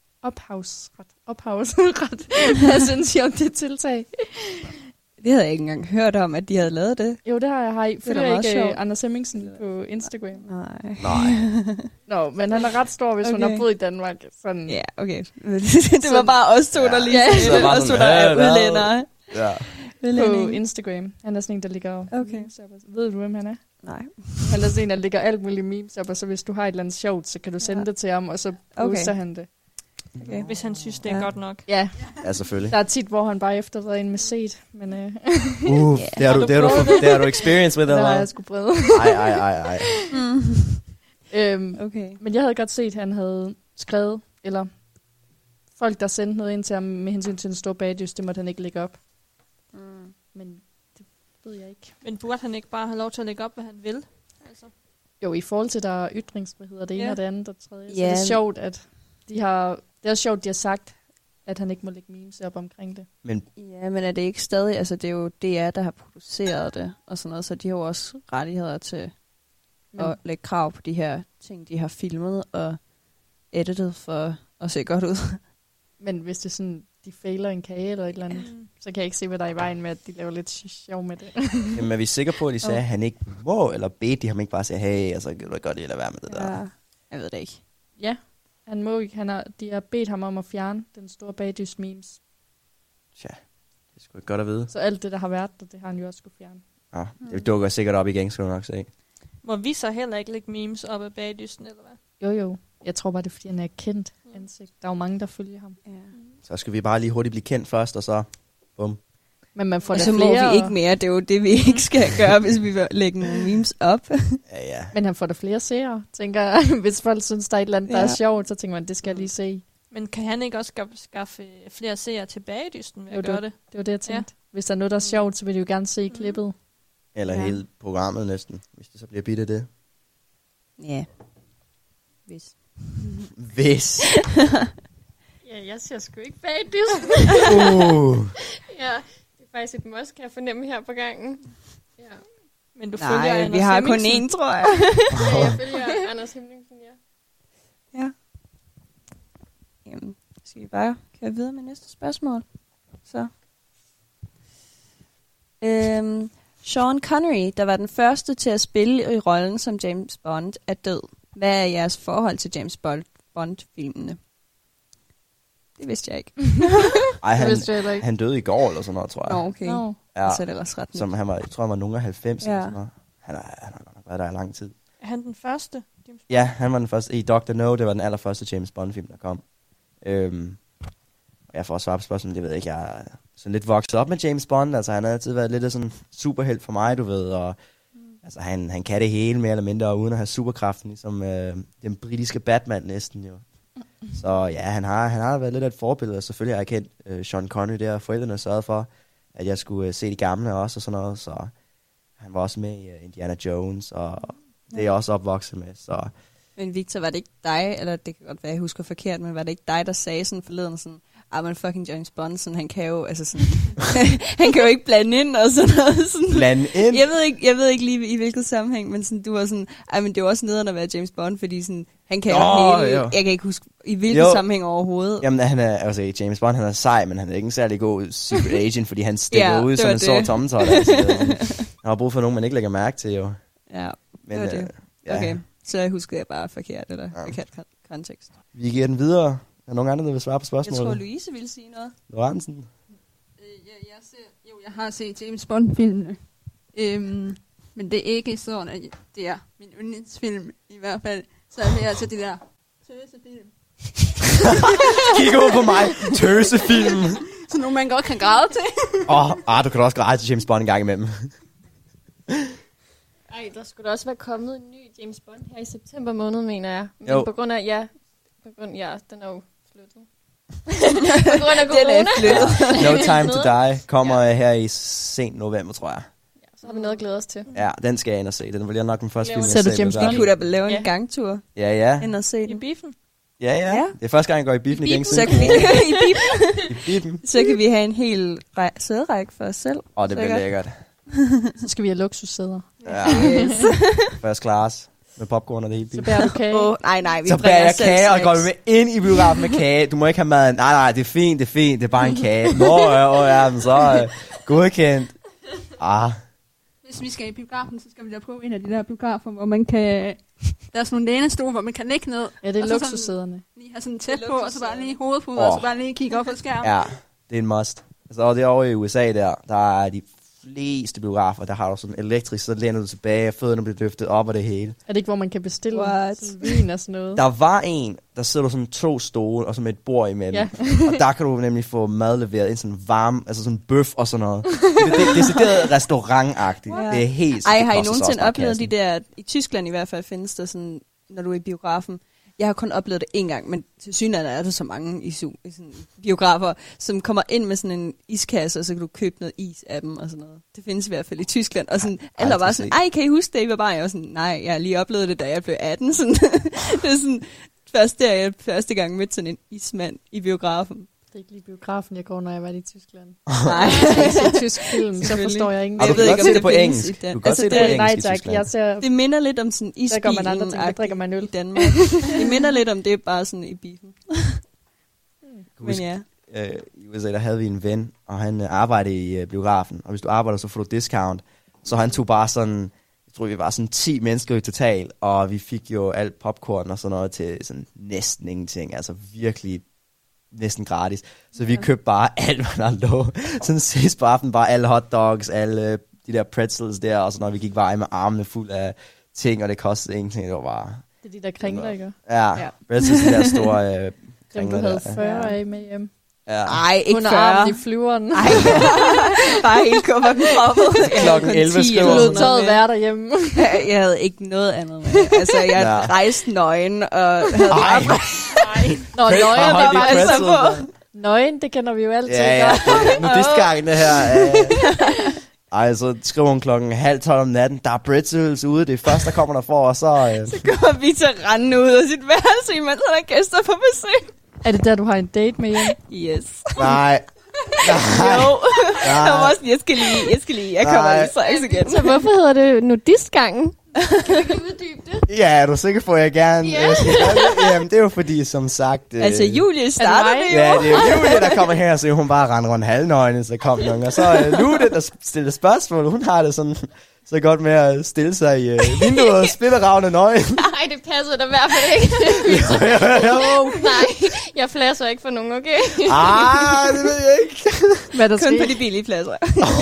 ophavsret. Hvad synes I om det tiltag? Det havde jeg ikke engang hørt om, at de havde lavet det. Jo, det har jeg. da Følger meget ikke sjovt. Anders Hemmingsen på Instagram? Nej. Nej. Nå, men han er ret stor, hvis hun Okay. har boet i Danmark. Sådan. Ja, okay. det var bare os to, der lige Ja. sagde Så det. bare Os to, sådan, der er hvad? udlændere. Ja. På Udlændinge. Instagram. Han er sådan en, der ligger... Okay. memes op. Ved du, hvem han er? Nej. Han er sådan en, der ligger alt muligt memes op, og så hvis du har et eller andet sjovt, så kan du sende det til ham, og så poster han det. Okay. Hvis han synes, det er Ja. godt nok. Ja, Ja, selvfølgelig. der er tit, hvor han bare efterlader en med set, men Det Har du prøvet det? har du experience with, der har eller jeg sgu bredt. Ej. Okay. Men jeg havde godt set, at han havde skrevet, eller folk, der sendte noget ind til ham med hensyn til den store bagdyst, det måtte han ikke lægge op. Men det ved jeg ikke. Men burde han ikke bare have lov til at lægge op, hvad han vil? Altså. Jo, i forhold til, der er ytringsfrihed, og det ene Ja. og det andet og det tredje, så Ja. det er sjovt, at de har sagt, at han ikke må lægge memes op omkring det. Men Ja, men er det ikke stadig, altså det er jo DR, der har produceret det, og sådan noget, så de har jo også rettigheder til Men, at lægge krav på de her ting, de har filmet og editet for at se godt ud. men hvis det er sådan, de fejler en kage eller et eller andet, så kan jeg ikke se, hvad der er i vejen med, at de laver lidt sjov med det. jamen, er vi sikre på, at de sagde, at han ikke må, eller bedte de ham ikke bare sige, hey, altså, kan du godt lide at lade være med det der? Jeg ved det ikke. Ja, han må ikke. De har bedt ham om at fjerne den store bagdyst memes. Tja, det er sgu ikke godt at vide. Så alt det, der har været der, det har han jo også skulle fjerne. Ja, det dukker sikkert op igen, skal du nok se. Må vi så heller ikke lægge memes op af bagdysten, eller hvad? Jo. Jeg tror bare, det er, fordi han er et kendt ansigt. Der er jo mange, der følger ham. Ja. Så skal vi bare lige hurtigt blive kendt først, og så bum. Men man får Og da så må flere, vi ikke mere, det er jo det, vi ikke skal gøre, hvis vi vil lægge nogle memes op. Ja. Men han får da flere seere, tænker jeg. Hvis folk synes, der er et eller andet, der er Ja. sjovt, så tænker man, det skal jeg lige se. Men kan han ikke også skaffe flere seere til bagdysten ved Jo, at gøre det? Det var det, jeg tænkte. Hvis der er noget, der er sjovt, så vil de jo gerne se klippet. Eller Ja. hele programmet næsten, hvis det så bliver bitte det. Ja. Hvis. Hvis. Ja, jeg ser sgu ikke bagdyst. Ja, det er faktisk et must, kan jeg fornemme her på gangen. Ja, Men du følger Nej, Anders vi har kun Hemmingsen. én, tror jeg. ja jeg følger Anders Hemmingsen, ja. Jamen, skal vi bare køre videre med næste spørgsmål? Så. Sean Connery, der var den første til at spille i rollen som James Bond, er død. Hvad er jeres forhold til James Bond-filmene? Det vidste jeg ikke. Ej, Det vidste jeg heller ikke. han døde i går, eller sådan noget, tror jeg. Nå, okay. Nå. Ja, Så er det ellers ret som han var, jeg tror, han var nogen af 90 Ja. eller sådan noget. Han har godt nok været der i lang tid. Er han den første? James Ja, han var den første. I Dr. No, det var den allerførste James Bond-film, der kom. Og jeg får svar på spørgsmålet, det ved jeg ikke. Jeg er sådan lidt vokset op med James Bond. Altså, han har altid været lidt af sådan superhelt for mig, du ved. Og altså, han kan det hele mere eller mindre, uden at have superkraften, ligesom den britiske Batman næsten jo. Så ja, han har været lidt af et forbillede, og selvfølgelig har jeg kendt Sean Connery der, og forældrene sørgede for, at jeg skulle se de gamle også og sådan noget, så han var også med i Indiana Jones, og det er jeg også opvokset med, så Men Victor, var det ikke dig, eller det kan godt være, jeg husker forkert, men var det ikke dig, der sagde sådan forleden sådan, men fucking James Bond, sådan, han kan jo, altså sådan, han kan jo ikke blande ind og sådan noget. Sådan. blande ind. Jeg ved ikke lige i hvilket sammenhæng, men sådan, du var sådan, men det er jo også nederen at være James Bond, fordi sådan, han kan jo hele, jo. jeg kan ikke huske i hvilket sammenhæng overhovedet. Jamen, han er, altså, James Bond, han er sej, men han er ikke en særlig god secret agent, fordi han stikker Ja, ud det som var en sår det. tommetot. Altså, han har brug for nogen, man ikke lægger mærke til, jo. Ja, Men, det var det. ja, Okay, så jeg husker jeg bare forkert, eller forkert kontekst. vi giver den videre. der nogen andre, der vil svare på Jeg spørgsmålet? tror, Louise ville sige noget. Lorentzen? Jeg har set James Bond-filmene. Men det er ikke sådan, at det er min yndlingsfilm i hvert fald. Så er jeg mere til de der tøsefilm. Kig over på mig. Tøsefilm. Så nogle man godt kan græde til. Du kan da også græde til James Bond en gang imellem. Ej, der skulle da også være kommet en ny James Bond her i september måned, mener jeg. Men Jo. på grund af, den er jo flyttet. På grund af corona. No Time to Die kommer her i sent november, tror jeg. Ja, så har vi noget at glæde os til. Ja, den skal jeg ind og se. Den vil jeg nok den første film, Ser du jeg ser. James Vi Bond? kunne da lave en Ja. gangtur Ja. ind og se I den. biffen. Ja. Det er første gang, jeg går i biffen i længe Så siden. kan vi, i biffen, I biffen. så kan vi have en hel sæderække for os selv. Det bliver Sikkert. lækkert. Så skal vi have luksussæder. Ja, Yes. first class. Med popcorn og det hele Så biffen. bærer du kage. Nej, vi Så bringer bærer jeg selv kage, og snacks. går vi med ind i biografen med kage. Du må ikke have mad. Nej, det er fint, det er bare en kage. Men så godkendt. Hvis vi skal i biografen, så skal vi da prøve en af de der biografer, hvor man kan... Der er sådan nogle lænestole, hvor man kan ligge ned. Ja, det er og så luksussæderne. Lige have sådan tæt på, og så bare lige hovedpuder, og så bare lige kigge op på skærmen. Ja, det er en must. Altså, og det er over i USA der er de fleste biografer, der har du sådan elektrisk, så læner du tilbage, og fødderne bliver løftet op og det hele. Er det ikke, hvor man kan bestille What? sådan vin og sådan noget? Der var en, der sidder sådan 2 stole, og så med et bord imellem. Ja. Og der kan du nemlig få mad leveret, en sådan varm, altså sådan bøf og sådan noget. Det er decideret restaurantagtigt. What? Det er helt... Ej, det har I koster så også nogensinde bare oplevet de kassen. der... I Tyskland i hvert fald findes der sådan, når du er i biografen. Jeg har kun oplevet det én gang, men til synligheden er der så mange i sådan biografer, som kommer ind med sådan en iskasse, og så kan du købe noget is af dem og sådan noget. Det findes i hvert fald i Tyskland. Og sådan, alle var bare sådan, ej, kan I huske det, I var bare? Jeg var sådan, nej, jeg har lige oplevet det, da jeg blev 18. Sådan, det er sådan, første gang mødte sådan en ismand i biografen. Det er ikke lige biografen, jeg går, når jeg var i Tyskland. Nej, Jeg ser tysk film, så forstår jeg Og ingenting. du kan ved godt ikke, se om det på det findes engelsk. i Dan- Du kan godt Altså, se det det på er- Nej engelsk i tak, Tyskland. jeg ser... det minder lidt om sådan Der gør man andre isbilen ting, der drikker man øl. i Danmark. Det minder lidt om det, bare sådan i biffen. Men ja. I USA, der havde vi en ven, og han arbejdede i biografen. Og hvis du arbejder, så får du discount. Så han tog bare sådan, jeg tror vi var sådan 10 mennesker i total, og vi fik jo alt popcorn og sådan noget til sådan næsten ingenting. Altså virkelig næsten gratis. Så vi købte bare alt, hvad der lå. Sådan ses på aftenen, bare alle hotdogs, alle de der pretzels der, og så når vi gik vej med armene fuld af ting, og det kostede ingenting. Det var bare... Det er de der kringler, ikke? Ja, Ja. pretzels, de der store Dem, kringler du havde der. 40 af med hjem. Ja. Ej, ikke Under 40. armen i flyveren. Ej, bare helt kufferten proppet. Klokken 11 skriver Du hun. lød tøjet være derhjemme. Jeg havde ikke noget andet med. Altså, jeg Ja. rejste nøgen og havde Ej, Nå, Bare nøgen, hold det de var altså pretzels på. der. nøgen, det kender vi jo altid. Ja. godt. Nu diskegangen det her. Ej, så skriver hun 11:30 om natten. Der er pretzels ude. Det er først, der kommer der for, og så... Så går vi til rende ud af sit værelse, imens der er gæster på besøg. Er det der, du har en date med hjem? Yes. Nej. Jo. Jeg var også, jeg skal lige. Jeg kommer Nej. lige straks igen. Så hvorfor hedder det nudistgangen? Ja, er du sikker på, at jeg gerne... Ja. Jeg skal gøre det? Jamen, det er jo fordi, som sagt... Altså, Julie starter mig? det jo. Ja, det er jo Julie, der kommer her, så hun bare render rundt halvnøgne, så kom nogen. Og så Lude, der stiller spørgsmål, hun har det sådan så godt med at stille sig i vinduet og splitteravne nøgen. Nej, det passer da i hvert fald ikke. Nej, jeg flasher ikke for nogen, okay? Det ved jeg ikke. Hvad der Kun på sker? de billige pladser.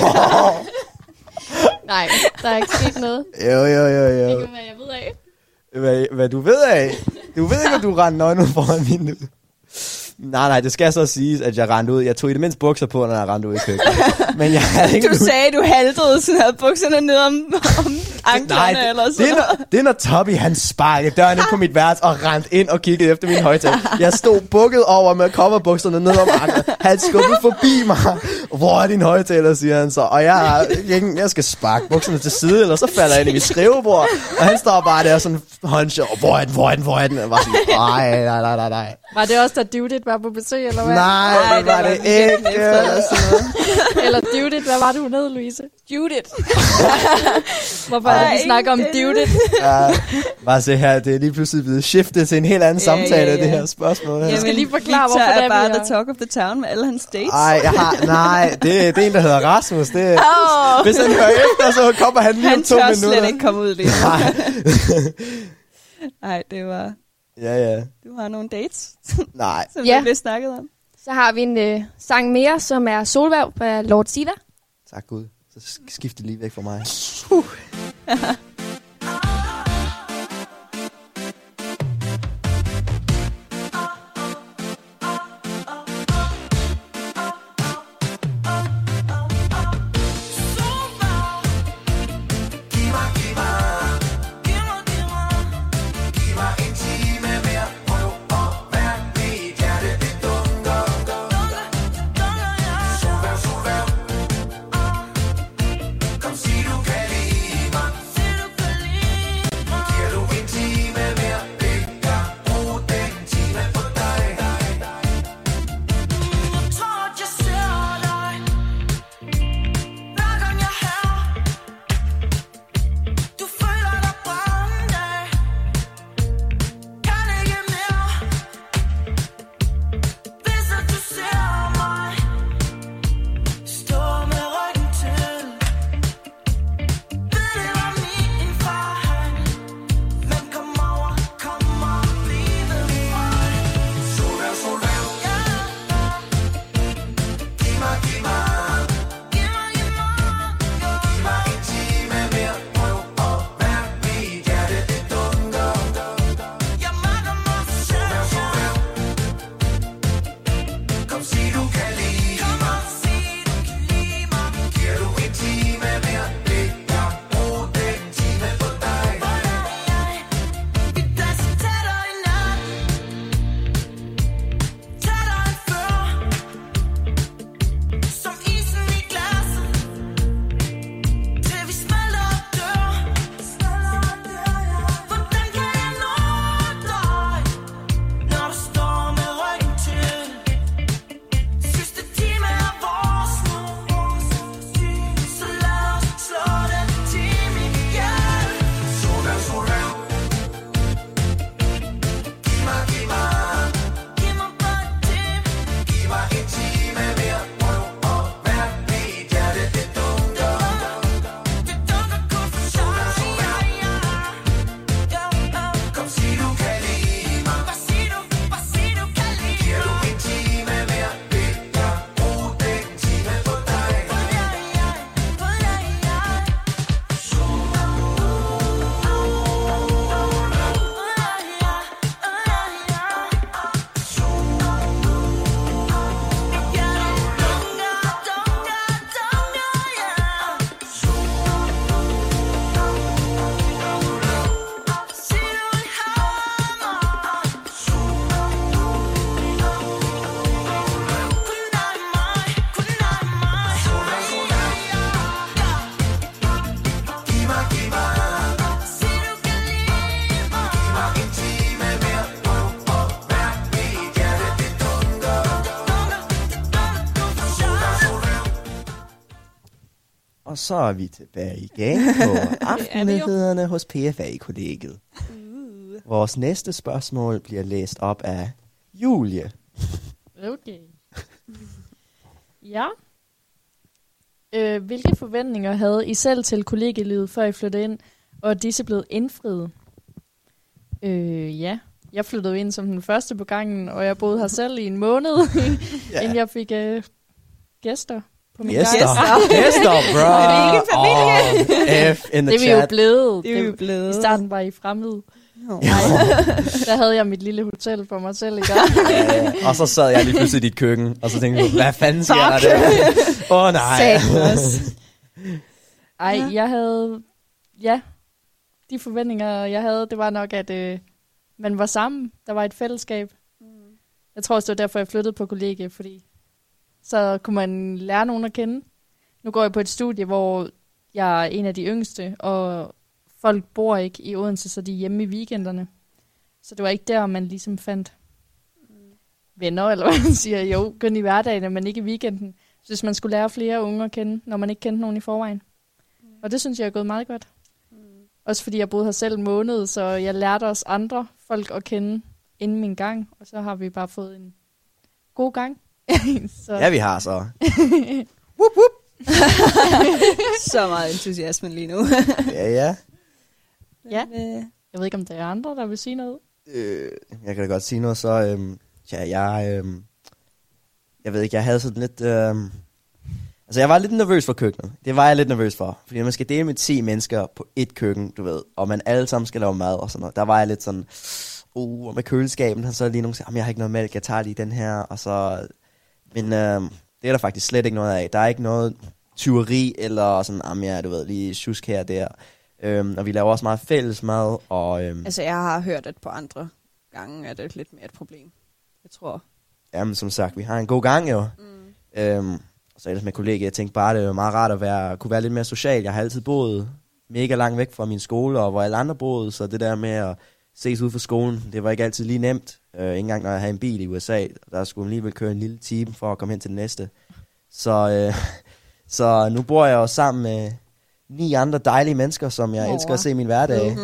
Nej, der er ikke sket noget. Jo. Ikke hvad jeg ved af. Hvad du ved af? Du ved ikke, at du rendte nøgen ud foran vinduet. Nej, det skal så siges, at jeg rendte ud. Jeg tog i det mindste bukser på, når jeg rendte ud i køkkenet. Men jeg havde ikke... Du sagde, du haltede, så havde bukserne ned om anklerne eller sådan noget. det er når Toby, han sparkede døren ind på mit værelse og rendte ind og kiggede efter min højtaler. Jeg stod bukket over med coverbukserne ned om anklerne. Han skubbede forbi mig. Hvor er din højtaler, siger han så. Og jeg skal sparke bukserne til side, eller så falder jeg ind i mit skrivebord. Og han står bare der sådan håndshår. Hvor er den? Og var sådan, nej. Var det også, da Judith var på besøg, eller hvad? Nej, det var det ikke. Eller Judith, hvad var det, hun hed, Louise? Judith. Hvorfor er det, vi snakker om Judith? Ja, bare se her, det er lige pludselig blevet shiftet til en helt anden samtale, ja. det her spørgsmål her. Jeg skal lige forklare, Victor hvorfor det er bare vi the talk of the town med alle hans dates. Ej, det er en, der hedder Rasmus. Hvis han hører efter, så kommer han lige Han om 2 tør minutter. slet ikke komme ud lige. Nej. Nej, det var... Ja. Du har nogle dates, Nej. som Ja. der bliver snakket om. Så har vi en sang mere, som er Solværv af Lord Siva. Tak Gud. Så skift det lige væk fra mig. Og så er vi tilbage igen på aftennyhederne hos PFA-kollegiet. Vores næste spørgsmål bliver læst op af Julie. Okay. Ja. Hvilke forventninger havde I selv til kollegielivet, før I flyttede ind, og er disse blevet indfriet? Ja. Jeg flyttede ind som den første på gangen, og jeg boede her selv i en måned, inden jeg fik gæster på min gang. Gæster, bro! Er det ikke en familie? F in the Det er vi chat. jo blevet. Det er vi blevet. I starten var I fremmede. No. Der havde jeg mit lille hotel for mig selv i gang. Ja. Og så sad jeg lige pludselig i dit køkken, og så tænkte jeg, hvad fanden sker der der? Nej. Ej, jeg havde... Ja, de forventninger, jeg havde, det var nok, at man var sammen. Der var et fællesskab. Jeg tror også, det var derfor, jeg flyttede på kollegie, fordi så kunne man lære nogen at kende. Nu går jeg på et studie, hvor jeg er en af de yngste, og folk bor ikke i Odense, så de er hjemme i weekenderne. Så det var ikke der, man ligesom fandt venner, eller hvad man siger. Jo, kun i hverdagen, men ikke i weekenden. Så hvis man skulle lære flere unge at kende, når man ikke kendte nogen i forvejen. Og det synes jeg er gået meget godt. Også fordi jeg boede her selv en måned, så jeg lærte også andre folk at kende inden min gang. Og så har vi bare fået en god gang. Så. Ja, vi har så. Whoop, whoop. Så meget entusiasme lige nu. Ja. Ja. Jeg ved ikke, om der er andre, der vil sige noget. Jeg kan da godt sige noget, så jeg ved ikke, jeg havde sådan lidt, altså jeg var lidt nervøs for køkkenet, det var jeg lidt nervøs for, fordi man skal dele med 10 mennesker på et køkken, du ved, og man alle sammen skal lave mad og sådan noget, der var jeg lidt sådan, og med køleskabet, så lige nogen siger, jeg har ikke noget mælk, jeg tager lige den her, og så, men det er der faktisk slet ikke noget af, der er ikke noget tyveri, eller sådan, du ved, lige tjusk her og der. Og vi laver også meget fælles mad. Og, Altså, jeg har hørt, at på andre gange er det lidt mere et problem. Jeg tror. Jamen, som sagt, vi har en god gang jo. Så ellers med kollegaer, jeg tænkte bare, det var meget rart at kunne være lidt mere social. Jeg har altid boet mega langt væk fra min skole, og hvor alle andre boede, så det der med at ses ud for skolen, det var ikke altid lige nemt. Ikke engang når jeg havde en bil i USA, der skulle man alligevel køre en lille time for at komme hen til det næste. Så nu bor jeg jo sammen med 9 andre dejlige mennesker, som jeg elsker at se min hverdag.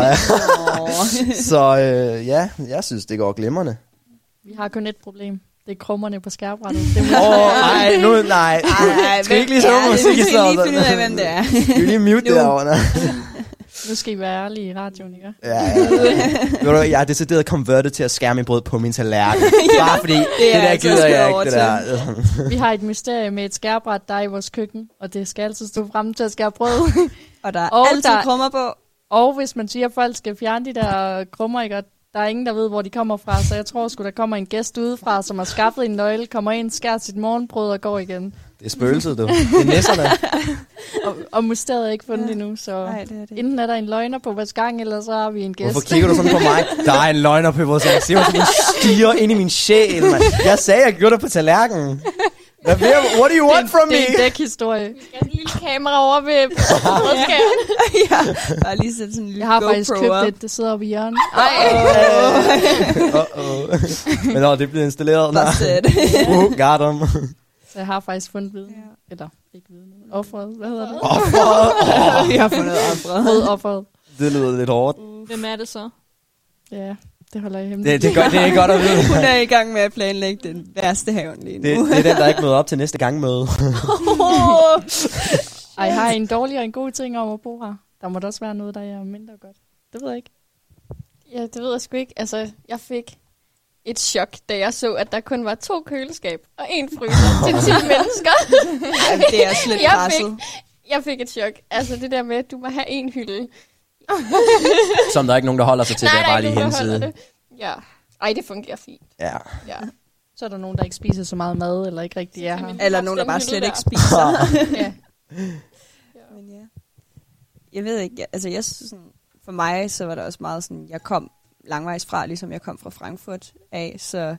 Så jeg synes, det går glimrende. Vi har kun et problem. Det er krummerne på skærbrættet. Nej. Skal vi ikke lige så musik i stedet? Vi skal lige finde ud af, hvem det er. Skal vi lige mute det derovre? Nu skal I være ærlige i radioen, ikke? Ja. Jeg har decideret convertet til at skære min brød på min tallerken. Bare fordi, det der gider jeg ikke, det der. Vi har et mysterie med et skærebræt, der er i vores køkken, og det skal altid stå fremme til at skære brød. Og der er altid krummer på. Og hvis man siger, at folk skal fjerne de der krummer, ikke? Og der er ingen, der ved, hvor de kommer fra, så jeg tror sgu, der kommer en gæst udefra, som har skaffet en nøgle, kommer ind, skærer sit morgenbrød og går igen. Det er spøgelset, du. Det er nisserne. og mysteriet er ikke fundet endnu, så det. Enten er der en løgner på vores gang, eller så har vi en gæst. Hvorfor kigger du sådan på mig? Der er en løgner på vores gang. Se, hvor du stiger ind i min sjæl, man. Jeg sagde, jeg gjorde det på tallerkenen. What do you want from me? Det er en dækhistorie. Vi skal have et lille kamera over ved Ja, bare lige sætte sådan en lille Jeg har GoPro faktisk købt op. det sidder oppe i hjørnet. Men det bliver installeret. Got em. Så jeg har faktisk fundet viden. Ja. Eller ikke viden. Offeret. Hvad hedder det? Offeret. Vi har fundet offeret. Rødofferet. Det lyder lidt hårdt. Hvem er det så? Ja, det holder jeg hemmeligt. Det er godt at vide. Hun er i gang med at planlægge den værste haven lige nu. Det er den, der ikke møder op til næste gangmøde. Ej, har I en dårlig og en god ting om at bo her? Der må da også være noget, der er mindre godt. Det ved jeg ikke. Ja, det ved jeg sgu ikke. Altså, jeg fik et chok, da jeg så, at der kun var 2 køleskab og 1 fryser til 10 mennesker. Jamen, det er slet presset. Jeg fik et chok. Altså, det der med, at du må have 1 hylde. Som der er ikke nogen, der holder sig til, det er bare lige hendes side. Ja. Ej, det fungerer fint. Ja. Så er der nogen, der ikke spiser så meget mad, eller ikke rigtig er her. Eller nogen, der bare slet ikke spiser. Ja. Men ja. Jeg ved ikke, altså jeg synes sådan, for mig, så var det også meget sådan, jeg kom langvejs fra, ligesom jeg kom fra Frankfurt af, så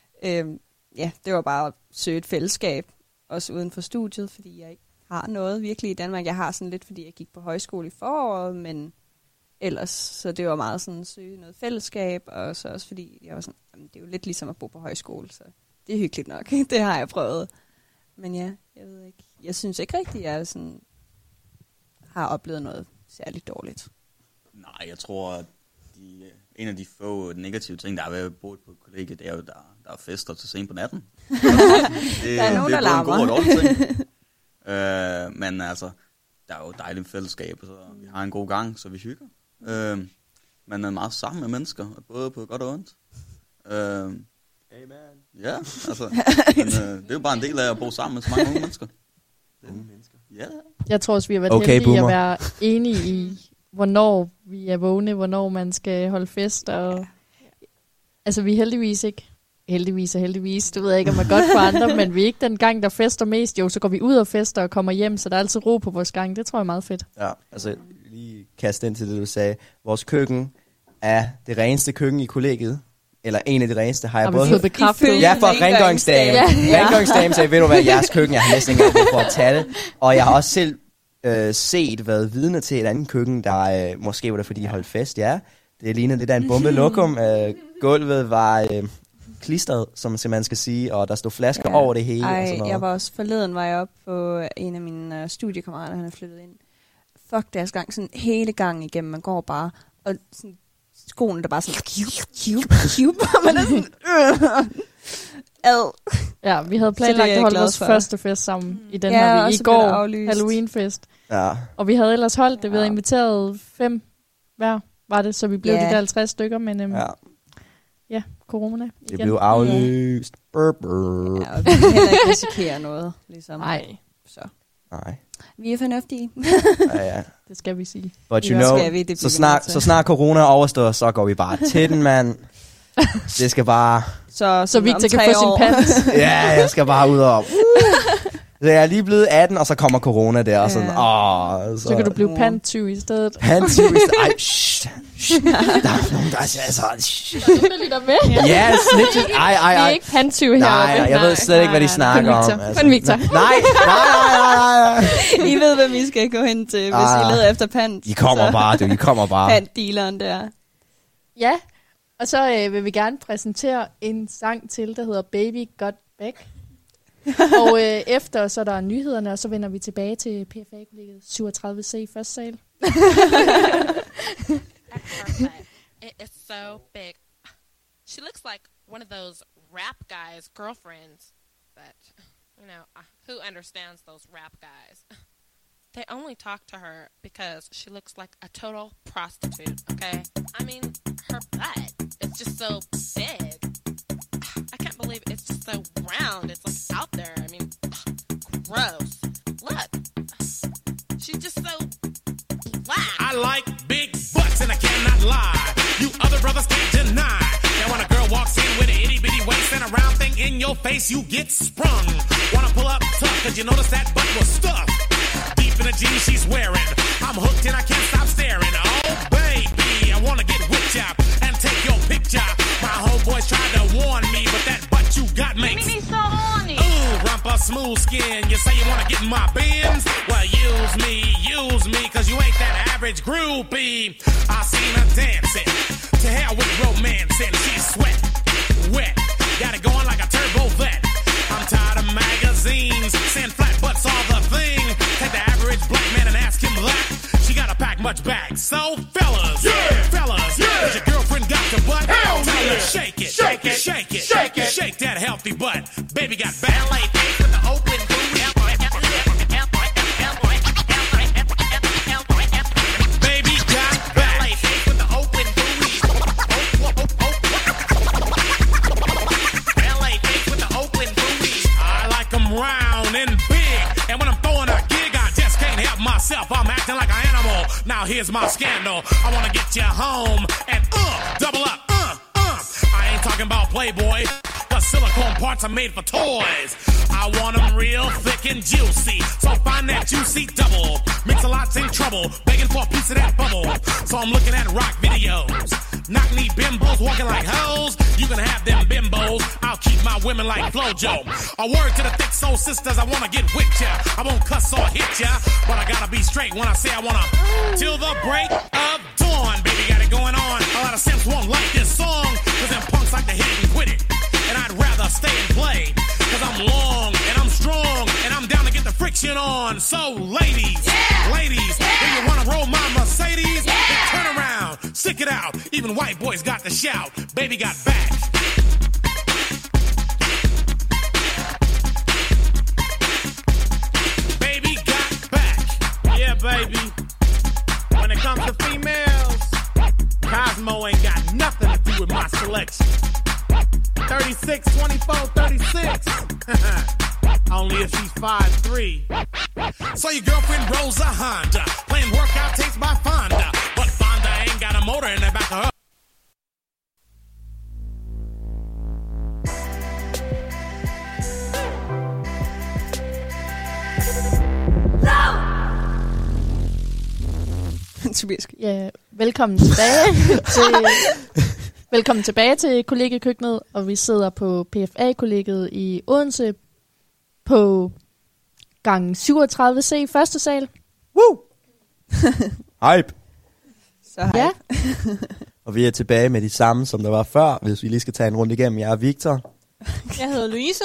det var bare at søge et fællesskab, også uden for studiet, fordi jeg ikke har noget virkelig i Danmark. Jeg har sådan lidt, fordi jeg gik på højskole i foråret, men ellers, så det var meget sådan at søge noget fællesskab, og så også fordi jeg var sådan, jamen, det er jo lidt ligesom at bo på højskole, så det er hyggeligt nok. Det har jeg prøvet. Men ja, jeg ved ikke. Jeg synes ikke rigtigt, at jeg sådan har oplevet noget særligt dårligt. Nej, jeg tror, at en af de få negative ting, der er ved at bo på kollegiet, det er jo, der er fester til sent på natten. Der er nogen, der larmer. Det er både en god og dårlig ting. Men altså, der er jo dejligt fællesskab, så vi har en god gang, så vi hygger. Man er meget sammen med mennesker, både på godt og ondt. Amen. Ja, altså, men, det er jo bare en del af at bo sammen med så mange unge mennesker. Ja. Jeg tror også, vi har været heldige at være enige i, hvornår vi er vågne, hvornår man skal holde fest. Og altså, vi er heldigvis, det ved jeg ikke, om man er godt for andre, men vi er ikke den gang, der fester mest. Jo, så går vi ud og fester og kommer hjem, så der er altid ro på vores gang. Det tror jeg er meget fedt. Ja, altså lige kaste ind til det, du sagde. Vores køkken er det reneste køkken i kollegiet. Eller en af de reneste har jeg både fået bekræftet. Ja, for rengøringsdagen. Rengøringsdagen sagde, ved du hvad, jeres køkken, jeg har næsten ikke engang for at tage det. Og jeg har også selv været vidne til et andet køkken, der måske var det, fordi de holdt fest, ja. Det lignede det der en bombe lokum. Gulvet var klistret, som man skal sige, og der stod flasker over det hele. Ej, og sådan noget. jeg var også forleden, var jeg oppe på en af mine studiekammerater, han er flyttet ind. Fuck deres gang, sådan hele gangen igennem, man går bare, og sådan skoene, der bare sådan, og man er sådan, ad. Ja, vi havde planlagt at holde vores første fest sammen i den her i går, Halloweenfest. Ja. Og vi havde ellers holdt det, vi havde inviteret 5 hver, var det, så vi blev de der 50 stykker, men corona igen. Det blev aflyst. Ja, og vi kan heller ikke risikere noget, ligesom. Nej. Så. Nej. Vi er fornuftige. Ja. Det skal vi sige. But Det you også know, skal vi, det så bliver vi nødt til. snart corona er overstået, så går vi bare til den, mand. Det skal bare... Så Victor kan få sin pants. Ja, jeg skal bare ud og... Så jeg er lige blevet 18, og så kommer corona der, og sådan... Så kan du blive panttyv i stedet. Panttyv i stedet? Ej, shh. Der er nogen, der siger så... Der er nogen, der lytter med. Ja, snitchet. Ej. Vi er ikke panttyv her. Nej, jeg ved slet ikke, hvad de snakker om. Kun Victor. Nej. I ved, hvem I skal gå hen til, hvis I leder efter pant. I kommer bare, du. I kommer bare. Pantdealeren der. Ja, og så vil vi gerne præsentere en sang til, der hedder Baby Got Back. Og efter så er der nyhederne, og så vender vi tilbage til PFA-kollegiet 37C første sal. It is so big. She looks like one of those rap guys' girlfriends, but, you know, who understands those rap guys? They only talk to her because she looks like a total prostitute, okay? I mean, her butt is just so big. I can't believe it's just so round. It's like out there. I mean, gross. Look. She's just so black. I like big butts and I cannot lie. You other brothers can't deny. Now when a girl walks in with an itty bitty waist and a round thing in your face, you get sprung. Wanna pull up tough cause you notice that butt was stuffed deep in the jeans she's wearing. I'm hooked and I can't stop staring. Oh baby, I wanna get whipped up and take your picture. My homeboys tried to warn me, but that butt you got makes me so horny. Ooh, rumpa smooth skin. You say you wanna get in my bins? Well, use me, cause you ain't that average groupie. I seen her dancing. To hell with romance and she's sweat, wet. Got it going like a turbo vet. I'm tired of magazines saying flat butts all the thing. Take the average black man and ask him that. She gotta pack much back. So fellas, has your girlfriend got the butt? Hell tell her shake it, shake that healthy butt. Baby got back. LA face with the open booty. Baby got back. LA face with the open booty. LA face with the open booty. I like them round and big, and when I'm throwing a gig, I just can't help myself. I'm acting like an animal. Now here's my scandal. I wanna get you home and double up. I ain't talking about Playboy. The silicone parts are made for toys. I want them real thick and juicy. So find that juicy double. Mix a lot's in trouble, begging for a piece of that bubble. So I'm looking at rock videos. Knock-knee bimbos walking like hoes. You can have them bimbos. I'll keep my women like Flojo. A word to the thick soul sisters, I wanna get with ya. I won't cuss or hit ya, but I gotta be straight when I say I wanna. Till the break of dawn, baby, got it going on. A lot of simps won't like this song, cause them punks like to hit it and quit it. And I'd rather stay and play, cause I'm long and I'm strong and I'm down to get the friction on. So ladies, if you wanna roll my Mercedes, then turn around, stick it out. Even white boys got to shout, baby got back. Baby got back. Yeah, baby. When it comes to females, Cosmo ain't got nothing to do with my selection. 36, 24, 36. Only if she's 5'3". So your girlfriend rolls a Honda, playing workout tapes by Fonda. But Fonda ain't got a motor in the back of her. Ja, velkommen tilbage til kollegiekøkkenet, og vi sidder på PFA-kollegiet i Odense på gang 37C, første sal. Woo! Hype. Så hype. Ja. Og vi er tilbage med de samme, som der var før, hvis vi lige skal tage en runde igennem. Jeg er Victor. Jeg hedder Louise.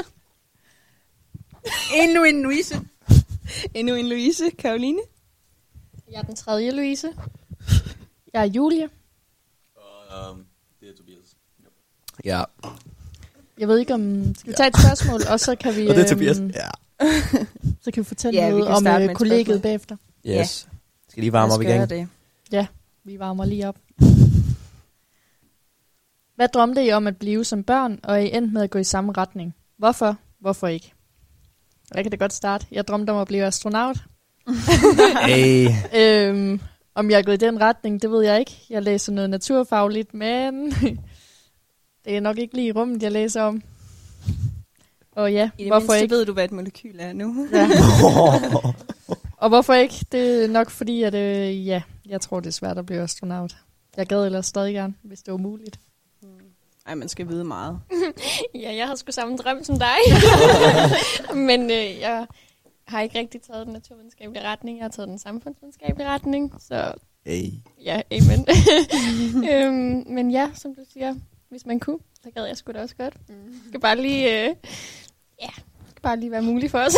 Endnu en Louise. Karoline. Jeg er den tredje Louise. Jeg er Julie. Og det er Tobias. Ja. Jeg ved ikke om... Skal vi tage et spørgsmål, og så kan vi... Og det er Tobias. Ja. Så kan vi fortælle vi noget kan om starte med et kollegiet spørgsmål. bagefter. Yes. Skal lige varme op igen? Det. Ja, vi varmer lige op. Hvad drømte I om at blive som børn, og er I endt med at gå i samme retning? Hvorfor? Hvorfor ikke? Jeg kan da godt starte. Jeg drømte om at blive astronaut. Hey. Om jeg er gået i den retning, det ved jeg ikke. Jeg læser noget naturfagligt, men det er nok ikke lige rummet, jeg læser om. Og ja, I det hvorfor mindste ikke? ved du, hvad et molekyl er nu. Ja. Og hvorfor ikke? Det er nok fordi, at jeg tror, det er svært at blive astronaut. Jeg gad ellers stadig gerne, hvis det var muligt. Ej, man skal vide meget. Ja, jeg har sgu samme drøm som dig. Men jeg har ikke rigtig taget den naturvidenskabelige retning. Jeg har taget den samfundsvidenskabelige retning. Så Hey. ja, amen. Men ja, som du siger, hvis man kunne, så gad jeg sgu da også godt. Det skal bare lige, skal bare lige være muligt for os.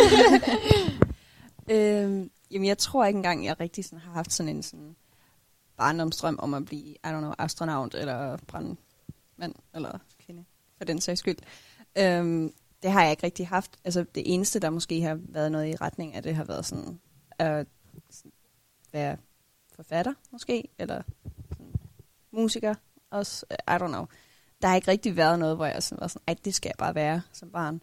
Jamen, jeg tror ikke engang, jeg rigtig sådan, har haft sådan en sådan barndomsdrøm om at blive, I don't know, astronaut eller brandmand eller kvinde, for den sags skyld. Det har jeg ikke rigtig haft. Altså, det eneste, der måske har været noget i retning af det, har været sådan at være forfatter, måske, eller sådan, musiker også. I don't know. Der har ikke rigtig været noget, hvor jeg sådan var sådan, ej, det skal jeg bare være som barn.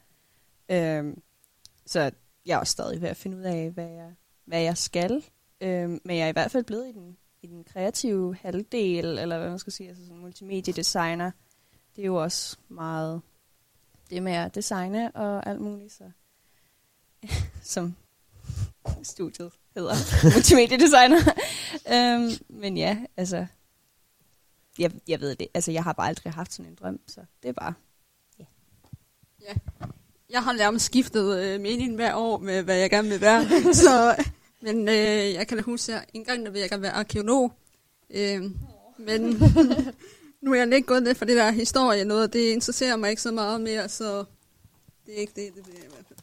Så jeg er også stadig ved at finde ud af, hvad jeg skal. Men jeg er i hvert fald blevet i den kreative halvdel, eller hvad man skal sige, altså sådan multimediedesigner. Det er jo også meget det med at designe og alt muligt, så som studiet hedder, multimediedesigner. Men ja, altså, jeg ved det. Altså, jeg har bare aldrig haft sådan en drøm, så det er bare, Ja. Jeg har nærmest skiftet mening hver år med, hvad jeg gerne vil være. Men jeg kan da huske, at en gang der vil jeg gerne være arkeolog. Men nu er jeg lidt gået ned for det der historie noget, det interesserer mig ikke så meget mere, så det er ikke det bliver jeg i hvert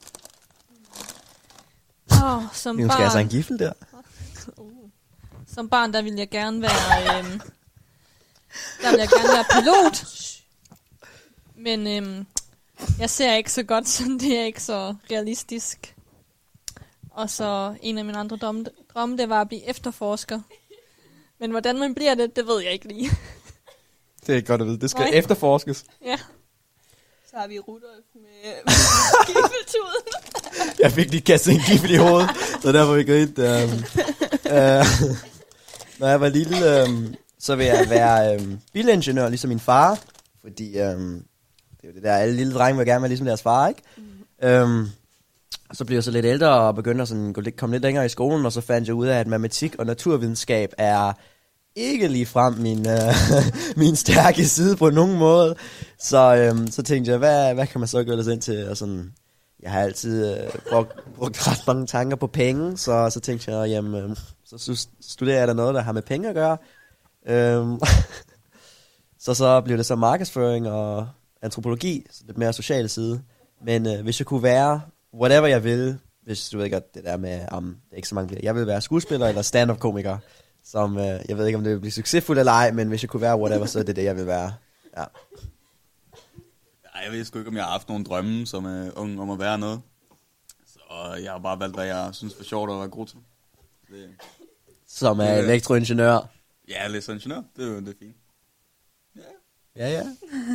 fald. Som Nu skal jeg altså en giffel der. Som barn, der ville jeg gerne være, pilot. Men jeg ser ikke så godt, så det er ikke så realistisk. Og så en af mine andre drømme, det var at blive efterforsker. Men hvordan man bliver det ved jeg ikke lige. Det er ikke godt at vide. Det skal efterforskes. Ja. så har vi Rudolf med giffeltuden. Jeg fik lige kastet en giffel i hovedet, så derfor vi gået ind. Når jeg var lille, så vil jeg være bilingeniør, ligesom min far. Fordi det er jo det der, alle lille drenge vil gerne være ligesom deres far, ikke? Så blev jeg så lidt ældre og begyndte at sådan komme lidt længere i skolen, og så fandt jeg ud af, at matematik og naturvidenskab er ikke lige frem min stærke side på nogen måde. Så tænkte jeg, hvad kan man så gøre det ind til? Og sådan, jeg har altid brugt ret mange tanker på penge, så tænkte jeg, jamen, så studerer jeg da noget, der har med penge at gøre. Så blev det så markedsføring og antropologi, så lidt mere social side. Men hvis jeg kunne være whatever jeg vil, hvis du ved godt det der med, det er ikke så mange, jeg vil være skuespiller eller stand-up komiker, som jeg ved ikke om det vil blive succesfuldt eller ej, men hvis jeg kunne være whatever, så er det jeg vil være. Ja. Jeg ved sgu ikke, om jeg har haft nogle drømme som ung om at være noget. Så jeg har bare valgt, hvad jeg synes var sjovt at være god til. Som er elektroingeniør. Ja, elektroingeniør. Det er fint. Ja.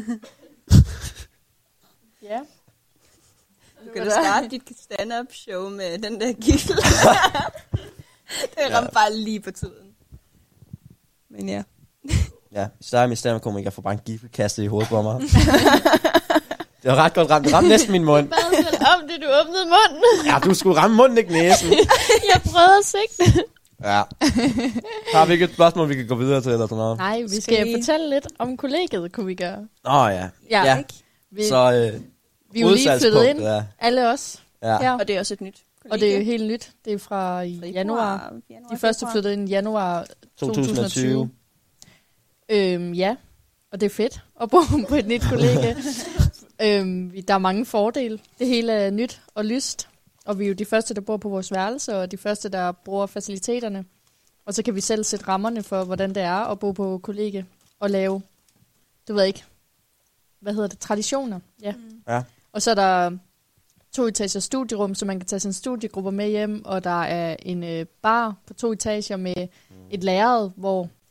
Ja. Du kan da starte dit stand-up show med den der giffel. Det ramte bare lige på tiden. Men ja. Ja, så er min stand-up-komiker, jeg får bare en giffel kastet i hovedet på mig. Det var ret godt ramt. Det ramte næsten min mund. Hvad så om det, du åbnede munden? Ja, du skulle ramme munden, ikke næsen. Jeg prøvede at sigte. Ja. Har vi ikke et spørgsmål, vi kan gå videre til, eller sådan noget? Nej, vi skal fortælle lidt om kollegiet, kunne vi gøre. Ja. Ja. Så vi er jo lige flyttet ind, ja. Alle os. Ja. Og det er også et nyt kollegie. Og det er jo helt nyt. Det er fra januar. De første flyttede ind i januar 2020. Ja, og det er fedt at bo på et nyt kollegie. Der er mange fordele. Det hele er nyt og lyst. Og vi er jo de første, der bor på vores værelse, og de første, der bruger faciliteterne. Og så kan vi selv sætte rammerne for, hvordan det er at bo på kollegie og lave, det ved jeg ikke, traditioner. Ja. Ja. Og så er der 2 etager studierum, så man kan tage sine studiegrupper med hjem, og der er en bar på 2 etager med et lærred, hvor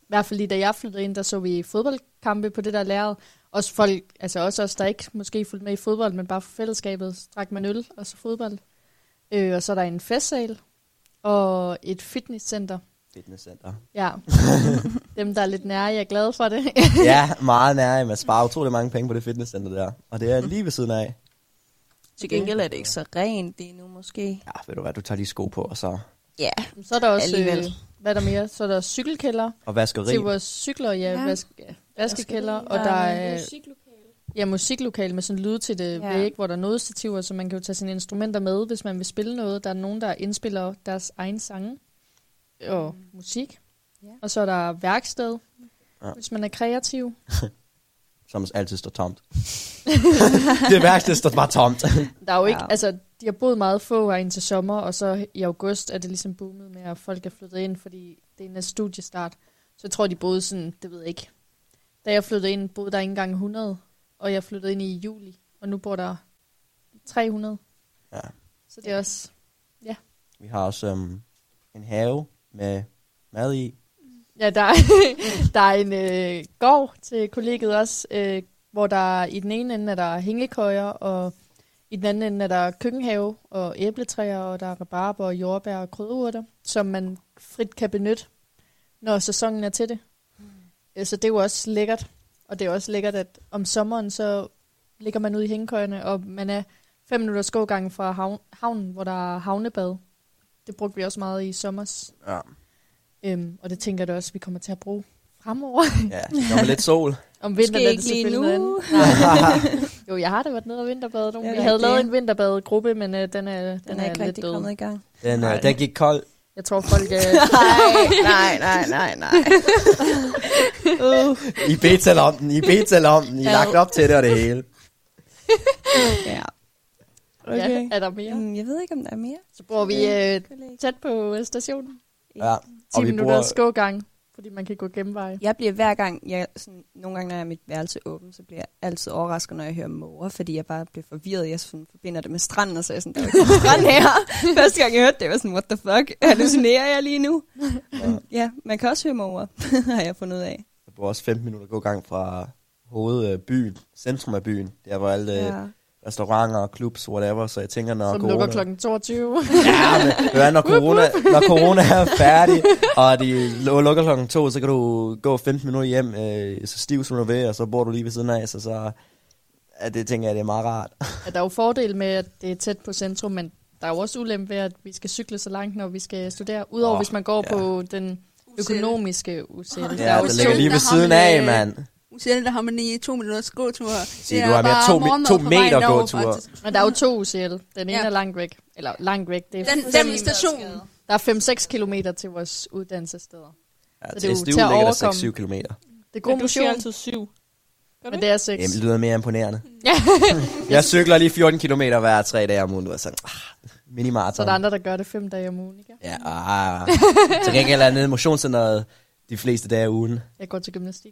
hvert fald lige da jeg flyttede ind, der så vi fodboldkampe på det der lærred. Også folk, altså også os, der ikke måske fulgte med i fodbold, men bare for fællesskabet, drak man øl og så fodbold. Og så er der en festsal og et fitnesscenter. Fitnesscenter. Ja, dem der er lidt nære, jeg er glad for det. Ja, meget nære. Man sparer utrolig mange penge på det fitnesscenter der. Og det er lige ved siden af. Til gengæld er det ikke så rent lige nu, måske. Ja, ved du hvad, du tager lige sko på, og så... Ja, Så er der også, alligevel. hvad er der mere? Så er der cykelkælder Og vaskeri. til vores cykler, vaskekælder. Og der er musiklokale med sådan lyd til det væg, hvor der er nodestativer, så man kan jo tage sine instrumenter med, hvis man vil spille noget. Der er nogen, der indspiller deres egen sange og musik. Ja. Og så er der værksted, hvis man er kreativ. Som altid står tomt. Det værste står bare tomt. Der er jo ikke, altså, de har boet meget få her indtil sommer, og så i august er det ligesom boomet med, at folk er flyttet ind, fordi det er en studiestart. Så jeg tror, de boede sådan, det ved jeg ikke. Da jeg flyttede ind, boede der ikke engang 100, og jeg flyttede ind i juli, og nu bor der 300. Ja. Så det er også, Vi har også en have med mad i. ja, der er en gård til kollegiet også, hvor der i den ene ende er der hængekøjer, og i den anden ende er der køkkenhave og æbletræer, og der er rabarber og jordbær og krydderurter, som man frit kan benytte, når sæsonen er til det. Så det er jo også lækkert. Og det er også lækkert, at om sommeren, så ligger man ude i hængekøjerne, og man er 5 minutters gågang fra havnen, hvor der er havnebad. Det brugte vi også meget i sommers. Ja. Og det tænker jeg da også, vi kommer til at bruge fremover. Ja, der lidt sol. Om vinteren er det ikke lige selvfølgelig nu. Jo, jeg har da været nede og vinterbadet. Ja, Vi det er havde lavet det. en vinterbadegruppe, men den er Den er ikke lidt rigtig død. kommet i gang. Den gik kold. Jeg tror, folk er... Nej. I bedtaler om den. I lagt op til det og det hele. Ja. Ja, er der mere? Jeg ved ikke, om der er mere. Så bor vi tæt på stationen. Ja. 10 minutters gågang, fordi man kan gå genvej. Jeg bliver hver gang, nogle gange når jeg er mit værelse åben, så bliver jeg altid overrasket, når jeg hører måger, fordi jeg bare bliver forvirret. Jeg sådan forbinder det med stranden, og så er jeg sådan, der er jo ikke strand her. Første gang jeg hørte det, jeg var sådan, what the fuck, hallucinerer jeg lige nu? Men ja, man kan også høre måger, har jeg fundet ud af. Jeg bor også 15 minutter gågang fra hovedbyen, centrum af byen. Der var alle restauranter og klubs, whatever, så jeg tænker, når som corona... lukker kl. 22. Ja, men når corona er færdig, og de lukker kl. 2, så kan du gå 15 minutter hjem, så stiv som du vil, og så bor du lige ved siden af, så det tænker jeg, det er meget rart. Ja, der er jo fordel med, at det er tæt på centrum, men der er jo også ulempe ved, at vi skal cykle så langt, når vi skal studere. Udover hvis man går på den økonomiske UCL. Ja, der ligger lige ved siden af, mand. UCL, der har man i 2 minutters gåtur. Se, du har mere 2 meter gåtur. Men der er jo 2 UCL. Den ene er langt væk. Eller langt væk. Det er den station. Der er 5-6 kilometer til vores uddannelsessteder. Ja, så det er jo SDU til at ligger der overkomme. 6-7 kilometer. Det er god Du siger motion. altid 7. Men det er 6. Jamen, det lyder mere imponerende. Jeg cykler lige 14 kilometer hver 3 dage om ugen. Du er sådan, minimaraton. Så er der andre, der gør det 5 dage om ugen, ikke? Ja, så kan jeg ikke nede i motionscenteret de fleste dage af ugen. Jeg går til gymnastik.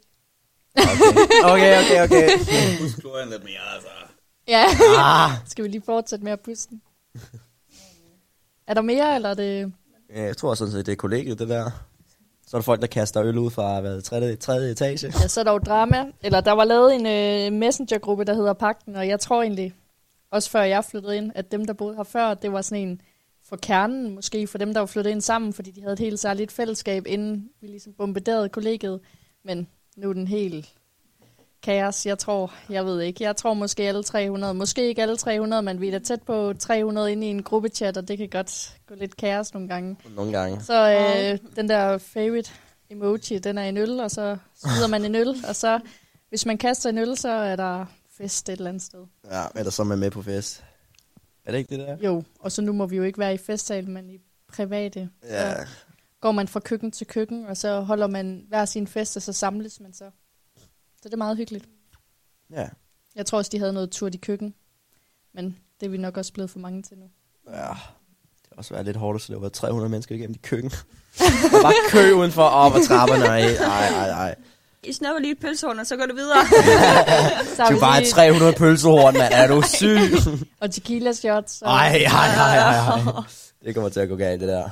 Okay. Husk kloren lidt mere, altså. Ja, skal vi lige fortsætte med at puste den? Er der mere, eller er det... Ja, jeg tror sådan set, det er kollegiet, det der. Så er der folk, der kaster øl ud fra 3. etage. Ja, så er der jo drama. Eller der var lavet en messengergruppe, der hedder Pagten, og jeg tror egentlig, også før jeg flyttede ind, at dem, der boede her før, det var sådan en for kernen, måske for dem, der var flyttet ind sammen, fordi de havde et helt særligt fællesskab, inden vi ligesom bombarderede kollegiet. Men nu er den helt kaos. Jeg ved ikke. Jeg tror måske alle 300. Måske ikke alle 300, men vi er da tæt på 300 inde i en gruppechat, og det kan godt gå lidt kaos nogle gange. Så den der favorite emoji, den er en øl, og så smider man en øl, og så hvis man kaster en øl, så er der fest et eller andet sted. Ja, eller så er man med på fest. Er det ikke det der? Jo, og så nu må vi jo ikke være i festsal, men i private. Ja. Så går man fra køkken til køkken, og så holder man hver sin fest, og så samles man så. Så det er meget hyggeligt. Ja. Jeg tror også, de havde noget tur i køkken, men det er vi nok også blevet for mange til nu. Ja, det har også været lidt hårdt, så det var 300 mennesker igennem de køkken. Der var kø udenfor op ad trapperne. Ej. I snupper lige et pølsehorn, og så går du videre. Så du bare 300 pølsehorn, mand. Er du syg? Og tequila shots. Ej. Det kommer til at gå galt, det der.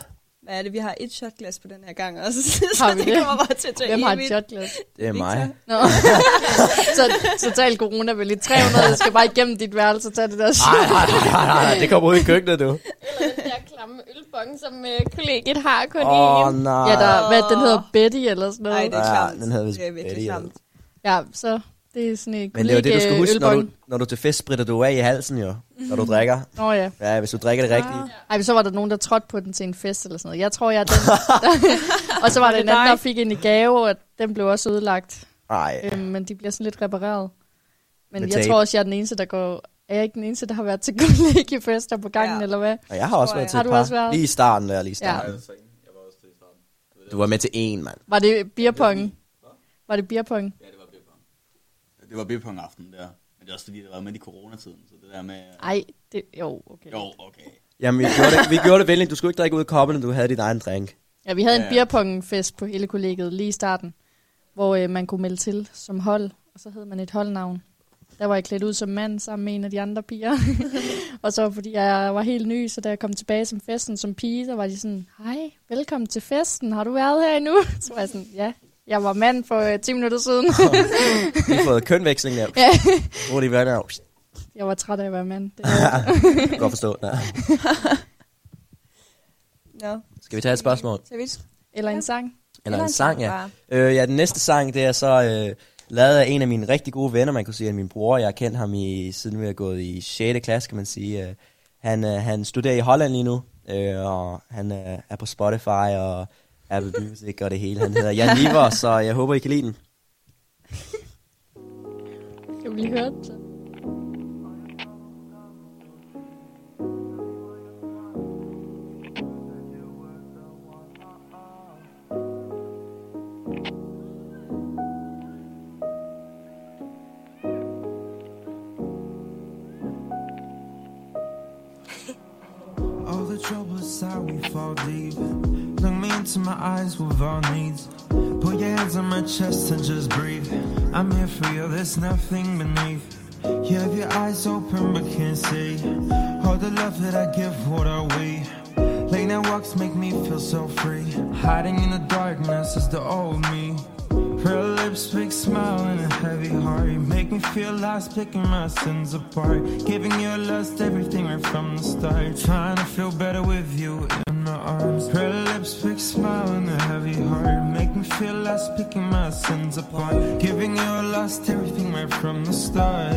hvad er det? Vi har et shotglas på den her gang også. Har vi så det? kommer bare til at tage Hvem har et evigt. shotglas? Det er mig. Nå. Så total corona vel i 300. Jeg skal bare igennem dit værelse og tage det der shot. Nej, det kommer ud i køkkenet, du. Eller den der klamme ølbong, som kollegiet har kun én. Nej. Ja, den hedder Betty eller sådan noget. Nej, det er klamt. den hedder vist Det er virkelig Betty, klamt. Ja, så det er sådan en Men det er jo det, du skal huske, ølbong. når du til fest spritter du af i halsen, jo. Når du drikker. Nå ja. Ja, hvis du drikker det rigtigt. Ej, men så var der nogen, der trådte på den til en fest eller sådan noget. Jeg tror, jeg er den. Og så var der en anden, der fik en i gave, og den blev også ødelagt. Nej. Men de bliver sådan lidt repareret. Men Med jeg tape. tror også, jeg er den eneste, der går... Er jeg ikke den eneste, der har været til kollegiefester på gangen, eller hvad? Og jeg har også været til Har et du par. også været? Lige i starten der, lige i starten. Jeg var også til i starten. Du var med til en, mand. Var det beerpong? Var det beerpong? Ja, det var beerpong. Det var beerpong aften der. Men det er også fordi, det var med i coronatiden, så det der med... Ej, det... Jo, okay. Jo, okay. Jamen, vi gjorde det venligt. Du skulle ikke drikke ud af koppen, du havde dit egen drink. Ja, vi havde en beerpong-fest på hele kollegiet lige i starten, hvor man kunne melde til som hold, og så havde man et holdnavn. Der var jeg klædt ud som mand sammen med en af de andre piger. Og så fordi jeg var helt ny, så da jeg kom tilbage som festen som pige, så var de sådan, hej, velkommen til festen, har du været her endnu? Så var jeg sådan, ja, jeg var mand for 10 minutter siden. Vi har fået kønveksling der. Ja. Hvor er de været der? Jeg var træt af at være mand. Det Jeg kan godt forstå. Ja. Nå. Skal vi tage et spørgsmål? Eller en sang. Eller en sang, ja. Ja, den næste sang, det er så lavet af en af mine rigtig gode venner, man kunne sige, af min bror. Jeg har kendt ham siden vi har gået i 6. klasse, kan man sige. Han studerer i Holland lige nu, og han er på Spotify og Apple Music og det hele. Han hedder Jan Liver, så jeg håber, I kan lide den. Kan vi lige høre den så? All the trouble aside, we fall deep. Look me into my eyes with all needs. Put your hands on my chest and just breathe. I'm here for you, there's nothing beneath. You have your eyes open but can't see. All the love that I give, what are we? Late night walks make me feel so free. Hiding in the darkness is the old me. Pearl lips, big smile and a heavy heart. Make me feel lost, picking my sins apart. Giving you lust, everything right from the start. Trying to feel better with you in my arms. Pearl lips, big smile and a heavy heart. Make me feel lost, picking my sins apart. Giving you lust, everything right from the start.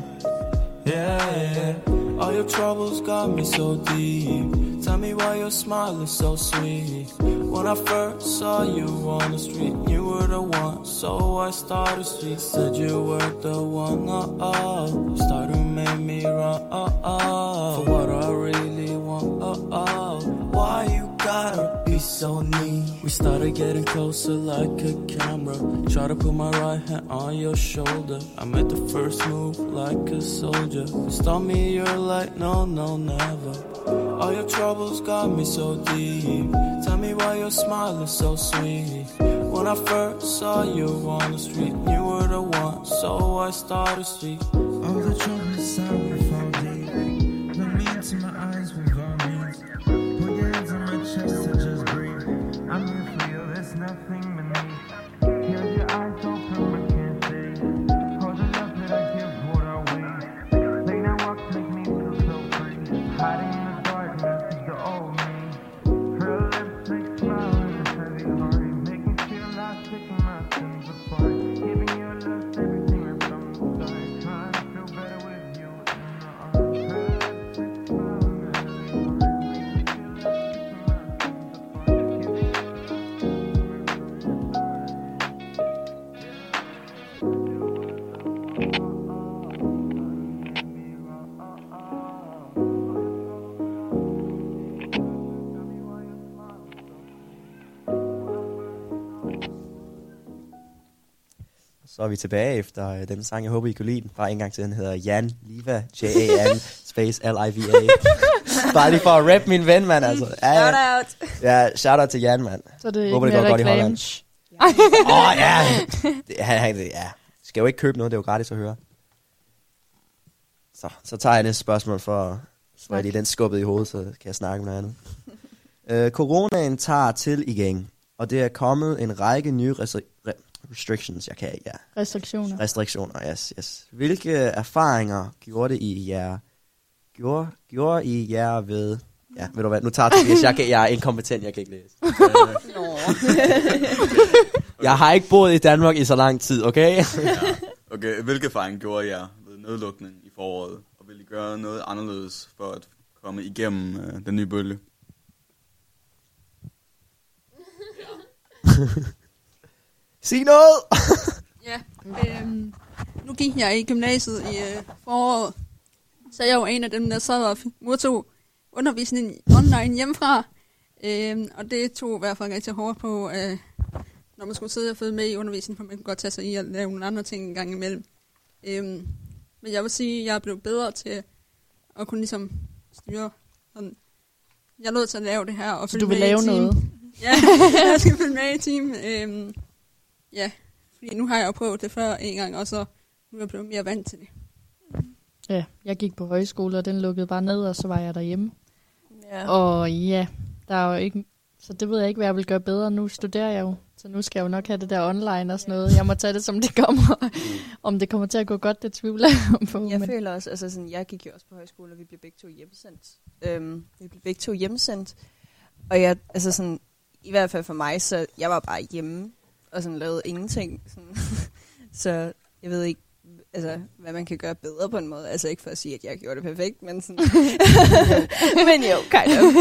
Yeah. All your troubles got me so deep. Tell me why your smile is so sweet. When I first saw you on the street, you were the one, so I started sweet. Said you were the one, you started to make me run, for what I really want, why you gotta be so neat? We started getting closer like a camera. Try to put my right hand on your shoulder. I made the first move like a soldier. Stop me, you're like, no, never. All your troubles got me so deep. Tell me why your smile is so sweet. When I first saw you on the street, you were the one, so I started to speak. All the trouble aside, we fall deep. Look me into my eyes with all needs. Put your hands on my chest and just breathe. I'm here for you, there's nothing beneath. You have your eyes open but can't see. All the love that I give, what are we? Late night walks make me feel so free. Hiding in the darkness is the old me. Her lips make smile and a heavy heart. Make me feel lost, picking my sins apart. Giving you love, everything right from the start. Trying to feel better with you in my arms. Her lips make smile and a heavy heart. Make me feel lost, picking my sins apart. Giving you Så er vi tilbage efter den sang, jeg håber, I kunne lide den. Bare en gang til, den hedder Jan Liva, Jan space Liva. Bare lige for at rap min ven, mand, altså. Ja, Shout out. Ja, shout out til Jan, mand. Så det er håber, ikke det går godt i reklame. Holland. Ja. Skal jo ikke købe noget, det er jo gratis at høre. Så tager jeg næste spørgsmål for at lige den skubbet i hovedet, så kan jeg snakke med noget andet. Coronaen tager til igen, og det er kommet en række nye restrictions, Restriktioner, Hvilke erfaringer gjorde I jer ved... Ja, ved du hvad, nu tager det, jeg er inkompetent, jeg kan ikke læse. Jeg har ikke boet i Danmark i så lang tid, okay? Okay, hvilke erfaringer gjorde jeg ved nedlukningen i foråret? Og vil I gøre noget anderledes for at komme igennem den nye bølge? Sig noget! Ja, nu gik jeg i gymnasiet i foråret, så jeg var en af dem, der sad og modtog undervisning online hjemmefra. Og det tog i hvert fald rigtig hårdt på, når man skulle sidde og følge med i undervisningen, for man kunne godt tage sig i at lave nogle andre ting en gang imellem. Men jeg vil sige, at jeg er blevet bedre til at kunne ligesom styre sådan. Jeg er nødt til at lave det her og følge med i team. Så du vil lave noget? Ja, jeg skal følge med i team. Ja, fordi nu har jeg jo prøvet det før en gang, og så nu er jeg blevet mere vant til det. Ja, jeg gik på højskole, og den lukkede bare ned, og så var jeg derhjemme. Ja. Og ja, der er jo ikke... Så det ved jeg ikke, hvad jeg vil gøre bedre. Nu studerer jeg jo, så nu skal jeg jo nok have det der online og sådan noget. Jeg må tage det, som det kommer. Om det kommer til at gå godt, det tvivler jeg på. Jeg føler også, altså sådan, jeg gik jo også på højskole, og vi blev begge to hjemmesendt. Og jeg, altså sådan, i hvert fald for mig, så jeg var bare hjemme, og sådan lavede ingenting. Sådan. Så jeg ved ikke, altså, hvad man kan gøre bedre på en måde. Altså ikke for at sige, at jeg gjorde det perfekt, men sådan... men jo, kind of.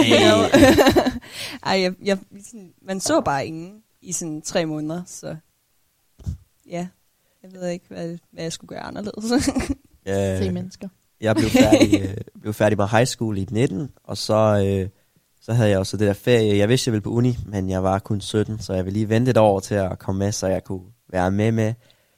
Ej, man så bare ingen i sådan 3 måneder, så... Ja, jeg ved ikke, hvad jeg skulle gøre anderledes. Se mennesker. Jeg blev færdig på high school i 19, og så havde jeg også det der ferie. Jeg vidste, jeg ville på uni, men jeg var kun 17, så jeg ville lige vente et år til at komme med, så jeg kunne være med.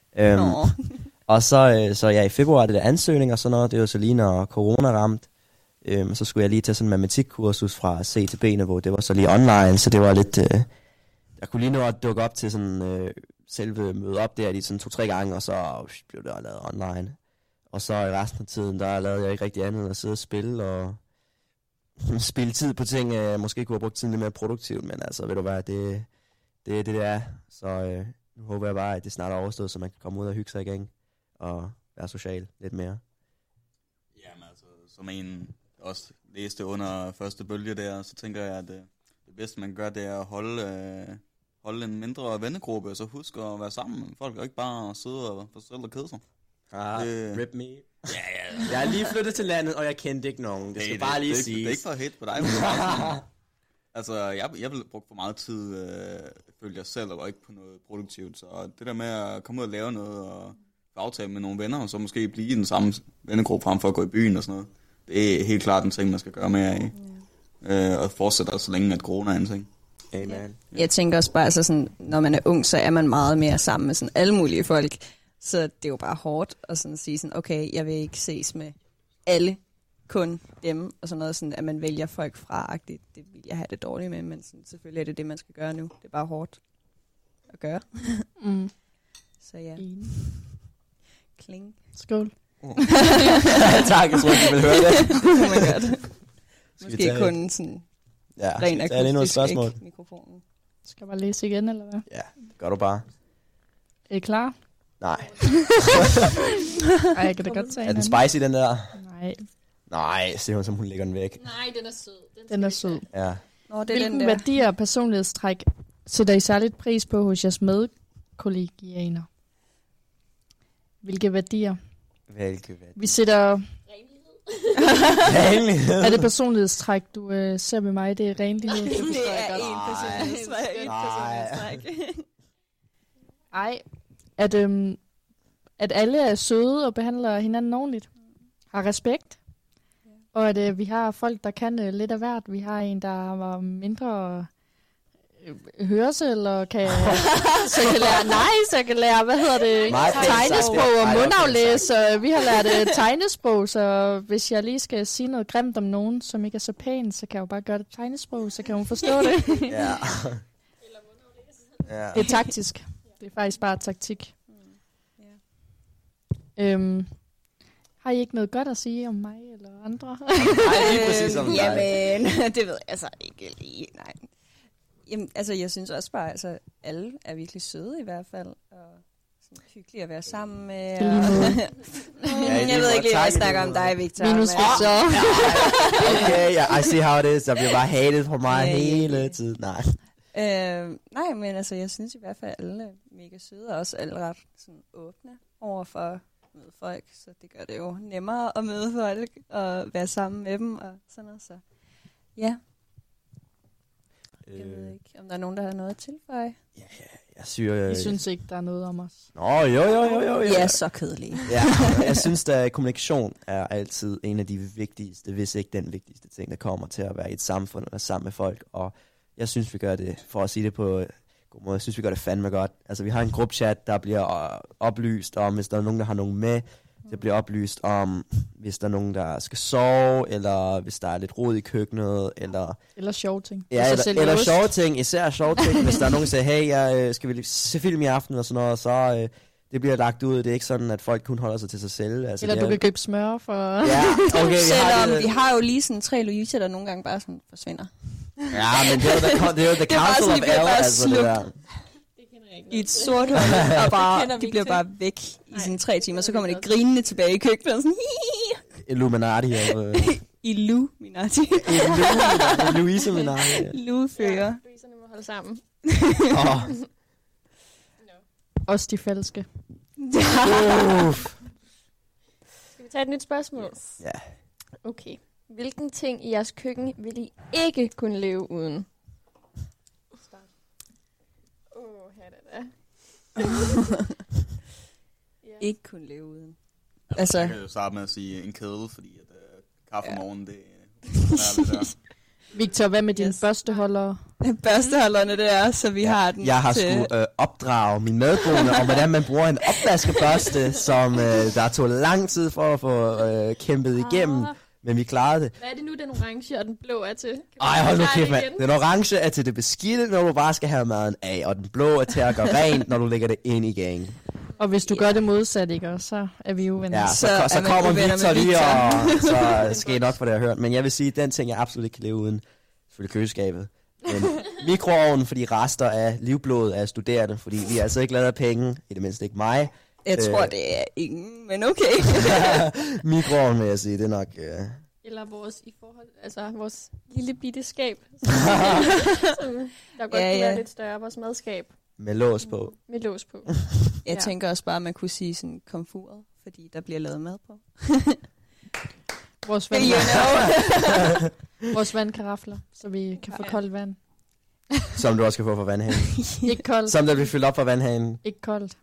Og så i februar, det der ansøgning og sådan noget, det var så lige når corona ramte. Så skulle jeg lige tage sådan en matematikkursus fra C til B-niveau. Det var så lige online, så det var lidt... jeg kunne lige nå at dukke op til sådan selve møde op der, de sådan 2-3 gange, og så blev det lavet online. Og så i resten af tiden, der lavede jeg ikke rigtig andet end at sidde og spille, og spille tid på ting, jeg måske kunne have brugt tiden lidt mere produktivt, men altså, ved du hvad, det er. Så nu håber jeg bare, at det snart er overstået, så man kan komme ud og hygge sig igen, og være social lidt mere. Jamen altså, som en også læste under første bølge der, så tænker jeg, at det bedste man gør, det er at holde en mindre vennegruppe, og så huske at være sammen med folk, og ikke bare sidde og for sig selv og kede sig. Rip me. Ja. Jeg er lige flyttet til landet, og jeg kendte ikke nogen. Det skal bare lige sige. Det er ikke for hate på dig. Altså, jeg vil bruge for meget tid, følge jeg selv, og ikke på noget produktivt. Så det der med at komme ud og lave noget, og få aftale med nogle venner, og så måske blive i den samme vennegruppe, frem for at gå i byen og sådan noget. Det er helt klart en ting, man skal gøre mere af. Og fortsætte så længe, at corona er en ting. Amen. Ja. Jeg tænker også bare, altså sådan, når man er ung, så er man meget mere sammen med sådan alle mulige folk. Så det er jo bare hårdt at sådan sige sådan, okay, jeg vil ikke ses med alle, kun dem, og sådan noget sådan, at man vælger folk fra. Det vil jeg have det dårligt med, men sådan, selvfølgelig er det man skal gøre nu. Det er bare hårdt at gøre. Så ja. Kling. Skål. Tak, jeg tror ikke, du vil høre det. Oh my god. Måske kun sådan ren akustisk, ikke mikrofonen. Skal jeg bare læse igen, eller hvad? Ja, det gør du bare. Er I klar? Nej. Ej, jeg kan da godt tage Er den spicy, den der? Nej, siger hun, som hun lægger den væk. Nej, den er sød. Den er sød. Ja. Nå, det Hvilken værdier og personlighedstræk sætter I særligt pris på hos jeres medkollegianer? Hvilke værdier? Vi sætter... Renlighed. Er det personlighedstræk, du ser med mig? Det er renlighed. Det er en personlighedstræk. Ej. At alle er søde og behandler hinanden ordentligt. Har respekt. Og at vi har folk, der kan lidt af hvert. Vi har en, der var mindre hørsel og så kan lære, hvad hedder det, tegnesprog og mundaflæs. Og vi har lært tegnesprog, så hvis jeg lige skal sige noget grimt om nogen, som ikke er så pæn, så kan jeg jo bare gøre det tegnesprog, så kan hun forstå det. Ja. Det er taktisk. Det er faktisk bare taktik. Har I ikke noget godt at sige om mig eller andre? Nej, lige præcis om dig. Jamen, det ved jeg altså ikke lige. Nej. Jamen, altså, jeg synes også bare, altså, alle er virkelig søde i hvert fald. Og sådan hyggelige at være sammen med. Og jeg ved ikke lige, hvad jeg snakker om dig, Victor. Minus Victor. Okay, I see how it is. Der bliver bare hated på mig hele tiden. Nej. Nej, men altså, jeg synes i hvert fald, at alle er mega søde, og også alle ret sådan, åbne over for at møde folk, så det gør det jo nemmere at møde folk, og være sammen med dem, og sådan noget, så ja. Jeg ved ikke, om der er nogen, der har noget at tilføje. Jeg synes ikke, der er noget om os. Nå, jo. Ja, så kedelige. Ja, jeg synes, at kommunikation er altid en af de vigtigste, hvis ikke den vigtigste ting, der kommer til at være i et samfund og være sammen med folk, og jeg synes, vi gør det, for at sige det på god måde, jeg synes, vi gør det fandme godt. Altså, vi har en gruppechat, der bliver oplyst om, hvis der er nogen, der har nogen med. Det bliver oplyst om, hvis der er nogen, der skal sove, eller hvis der er lidt rod i køkkenet, eller sjove ting. Ja, eller sjove ting, især sjove ting. Hvis der er nogen, der siger, hey, skal vi se film i aften, og sådan noget, så det bliver lagt ud. Det er ikke sådan, at folk kun holder sig til sig selv. Altså, eller du kan købe smør for... Ja, okay. Selvom vi har jo lige sådan 3 Louise, der nogle gange bare sådan forsvinder. Ja, men det er jo the council of L, altså det der. I et sort hul, og bare, de bliver bare væk i sådan 3 timer, så kommer det grinende tilbage i køkkenet, og sådan, Illuminati. Illuminati. Louise Minati. Luefører. Louiserne må holde sammen. Også de falske. Skal vi tage et nyt spørgsmål? Ja. Okay. Hvilken ting i jeres køkken vil I ikke kunne leve uden? Ikke kunne leve uden. Altså, jeg kan jo starte med at sige en kedel, fordi at kaffe om morgenen, det er lidt der. Victor, hvad med dine børsteholdere? Børsteholderne, det er, så vi har den. Jeg har skulle opdrage mine medboende om, hvordan man bruger en opvaskebørste, som der tog lang tid for at få kæmpet igennem. Men vi klarede det. Hvad er det nu, den orange og den blå er til? Ej, hold nu kæft, mand. Den orange er til det beskidte, når du bare skal have maden af, og den blå er til at gøre rent, når du lægger det ind igen. Og hvis du gør det modsat, ikke, så er vi jo venner. Ja, så kommer Victor lige, og så skal I nok få det, jeg har hørt. Men jeg vil sige, den ting, jeg absolut ikke kan leve uden, selvfølgelig køleskabet. Men mikroovnen, fordi rester af livblodet af studerende, fordi vi er altså ikke lavet af penge, i det mindste ikke mig. Jeg tror, det er ingen, men okay. Mikroovnen, vil jeg sige, det er nok... Eller vores lille bitte skab. Der godt kunne være lidt større, vores madskab. Med lås på. Med lås på. Jeg tænker også bare, at man kunne sige sådan komfuret, fordi der bliver lavet mad på. Vores vandkarafler, så vi kan få koldt vand. Som du også kan få fra vandhanen. Ikke koldt. Som der bliver fyldt op fra vandhanen. Ikke koldt.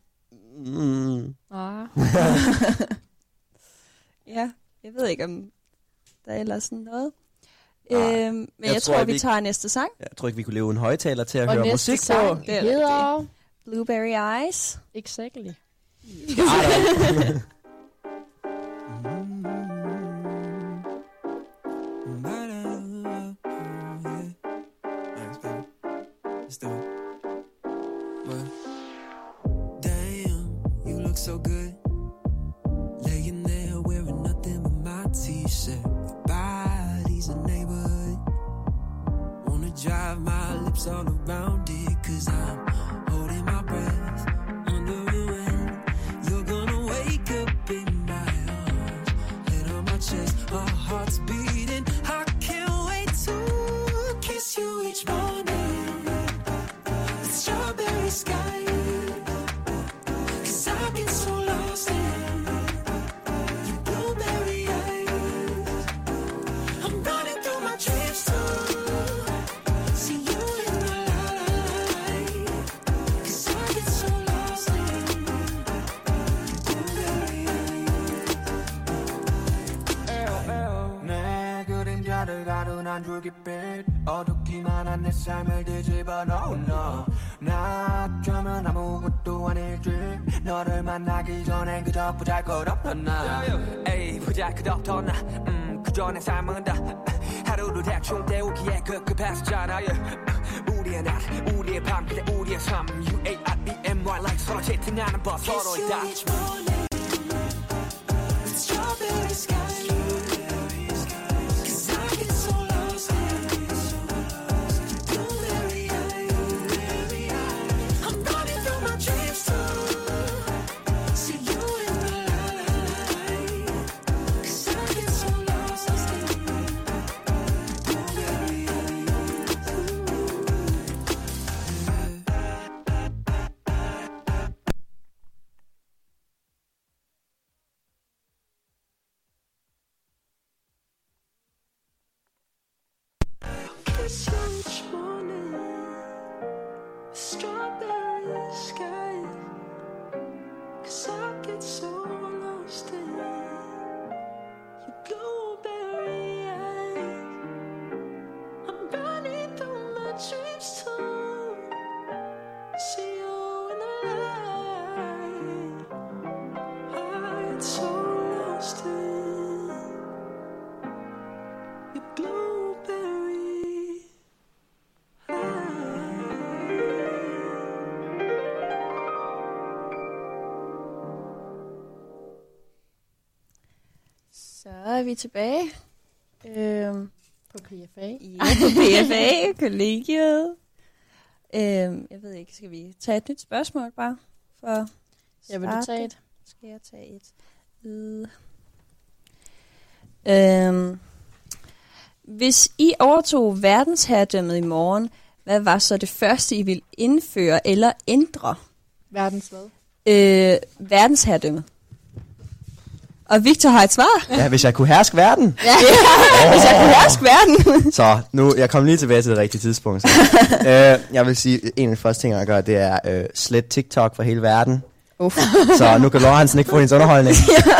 Ja, jeg ved ikke, om der er ellers sådan noget. Men jeg tror, vi tager næste sang. Jeg tror ikke, vi kunne leve en højtaler til at høre musik på. Og næste sang hedder Blueberry Eyes. Exactly. So good, laying there wearing nothing but my t-shirt. Your body's a neighborhood. Wanna drive my lips all around it, 'cause I'm holding my breath under a wind. You're gonna wake up in my arms, head on my chest, our hearts beating. I can't wait to kiss you each morning. The strawberry sky. 난 줄깃빛 어둡기만 한 내 삶을 뒤집어 놓은 너 나 어쩌면 아무것도 아닐지 너를 만나기 전엔 그저 보잘것없던 나 에이 보잘것없던 나 그저 내 삶은 다 하루를 대충 때우기에 급급했었잖아 우리의 낮 우리의 밤 그대 우리의 삶 UAREMY like 서로 채팅하는 법 서로의 다 Strawberry Så er vi tilbage. På PFA. Ja, på PFA, kollegiet. Jeg ved ikke, skal vi tage et nyt spørgsmål bare? For Ja, vil du tage et? Skal jeg tage et? Hvis I overtog verdensherredømmet i morgen, hvad var så det første, I ville indføre eller ændre? Verdens hvad? Verdensherredømmet. Og Victor har et svar. Ja, hvis jeg kunne herske verden. Ja, hvis jeg kunne herske verden. Så nu, jeg kommer lige tilbage til det rigtige tidspunkt. Jeg vil sige, en af de første ting, jeg gør, det er slet TikTok for hele verden. Så nu kan Lorentzen ikke få hendes underholdning.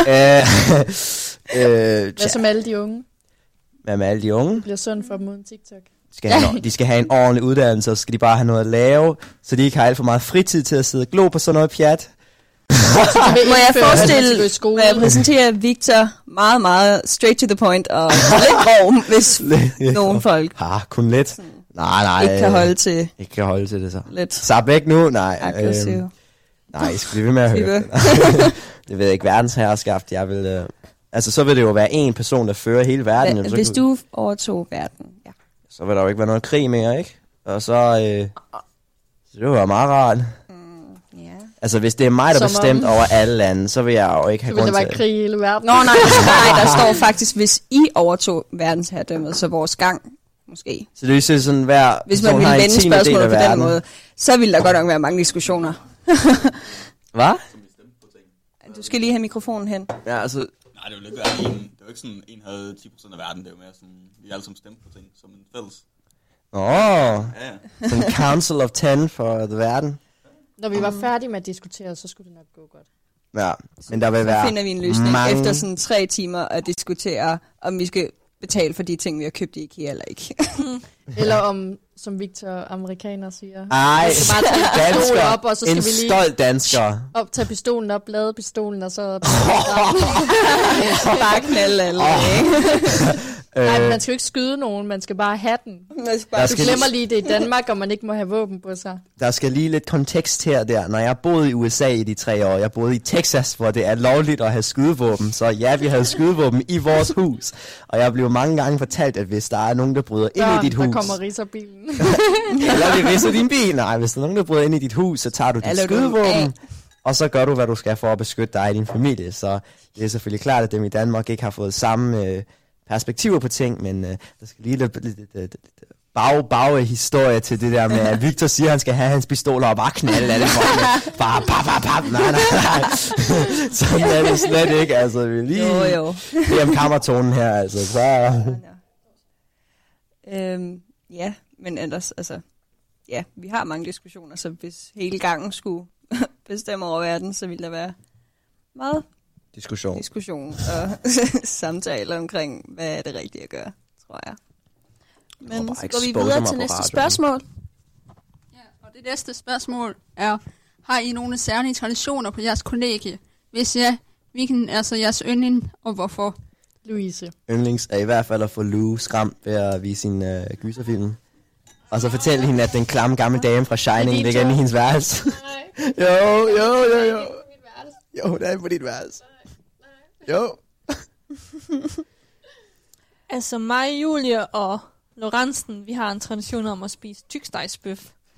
Hvad så med alle de unge? Hvad med alle de unge? Det bliver sundt for dem uden TikTok. De skal have en ordentlig uddannelse, og så skal de bare have noget at lave, så de ikke har alt for meget fritid til at sidde og glo på sådan noget pjat. Må jeg præsentere Victor meget, meget straight to the point og lidt grov, hvis nogle folk kun lidt. Nej, ikke kan holde til. Ikke kan holde til det så. Lidt. Sap væk nu? Nej. Nej, jeg skal blive ved med at høre. Det ved jeg ikke, verdensherreskaft. Jeg vil, så vil det jo være en person, der fører hele verden. Hvis du overtog verden, ja. Så vil der jo ikke være noget krig mere, ikke? Og så det vil være meget rart. Altså, hvis det er mig, der bestemt over alle lande, så vil jeg jo ikke have grund til... Så vil der være krig i hele verden. Nej, der står faktisk, hvis I overtog verdensherredømmet, så vores gang, måske. Så det er sådan, hver hvis man ville vende spørgsmålet på den måde, så ville der godt nok være mange diskussioner. Hvad? Du skal lige have mikrofonen hen. Ja, altså... Nej, det vil ikke være en... Det er jo ikke sådan, en havde 10% af verden, det er jo mere sådan... Vi alle sammen stemte på ting, som en fælles. Sådan en council of 10 for the verden. Når vi var færdige med at diskutere, så skulle det nok gå godt. Ja, men der vil være så finder vi en løsning efter sådan 3 timer at diskutere, om vi skal betale for de ting, vi har købt i IKEA eller ikke. Eller om, som Victor amerikaner siger. Ej, dansker. Op, og så skal en vi lige stolt dansker. Tage pistolen op, lade pistolen, og så... bare knalde alle, Nej, men man skal jo ikke skyde nogen, man skal bare have den. Du glemmer lige det i Danmark, og man ikke må have våben på sig. Der skal lige lidt kontekst her der. Når jeg boede i USA i de 3 år, jeg boede i Texas, hvor det er lovligt at have skydevåben. Så ja, vi havde skydevåben i vores hus. Og jeg blev mange gange fortalt, at hvis der er nogen, der bryder ind i dit hus... der kommer ridserbilen. Eller vi ridser din bil. Nej, hvis der er nogen, der bryder ind i dit hus, så tager du dit skydevåben. Og så gør du, hvad du skal for at beskytte dig og din familie. Så det er selvfølgelig klart, at dem i Danmark ikke har fået samme... perspektiver på ting, men der skal lige lidt baghistorie til det der med, at Victor siger, at han skal have hans pistoler og bare knalde alle folk. Bare. Nej. Sådan er det slet ikke, altså. Vi lige det er om kammertonen her, altså. Så. Ja, men ellers, altså, ja, vi har mange diskussioner, så hvis hele gangen skulle bestemme over verden, så ville der være meget diskussion og samtaler omkring, hvad er det rigtige at gøre, tror jeg. Men så går vi videre til næste spørgsmål. Ja, og det næste spørgsmål er, har I nogle særlige traditioner på jeres kollegie? Hvis ja, hvilken er så jeres yndling, og hvorfor? Louise. Yndlings er i hvert fald at få Lou skræmt ved at vise sin gyserfilm. Og så fortælle hende, at den klamme gamle dame fra Shining ligger inde i hendes værelse. Jo. Jo, det er på dit værelse. Jo. Altså mig, Julie og Lorentzen, vi har en tradition om at spise tykstegsbøf.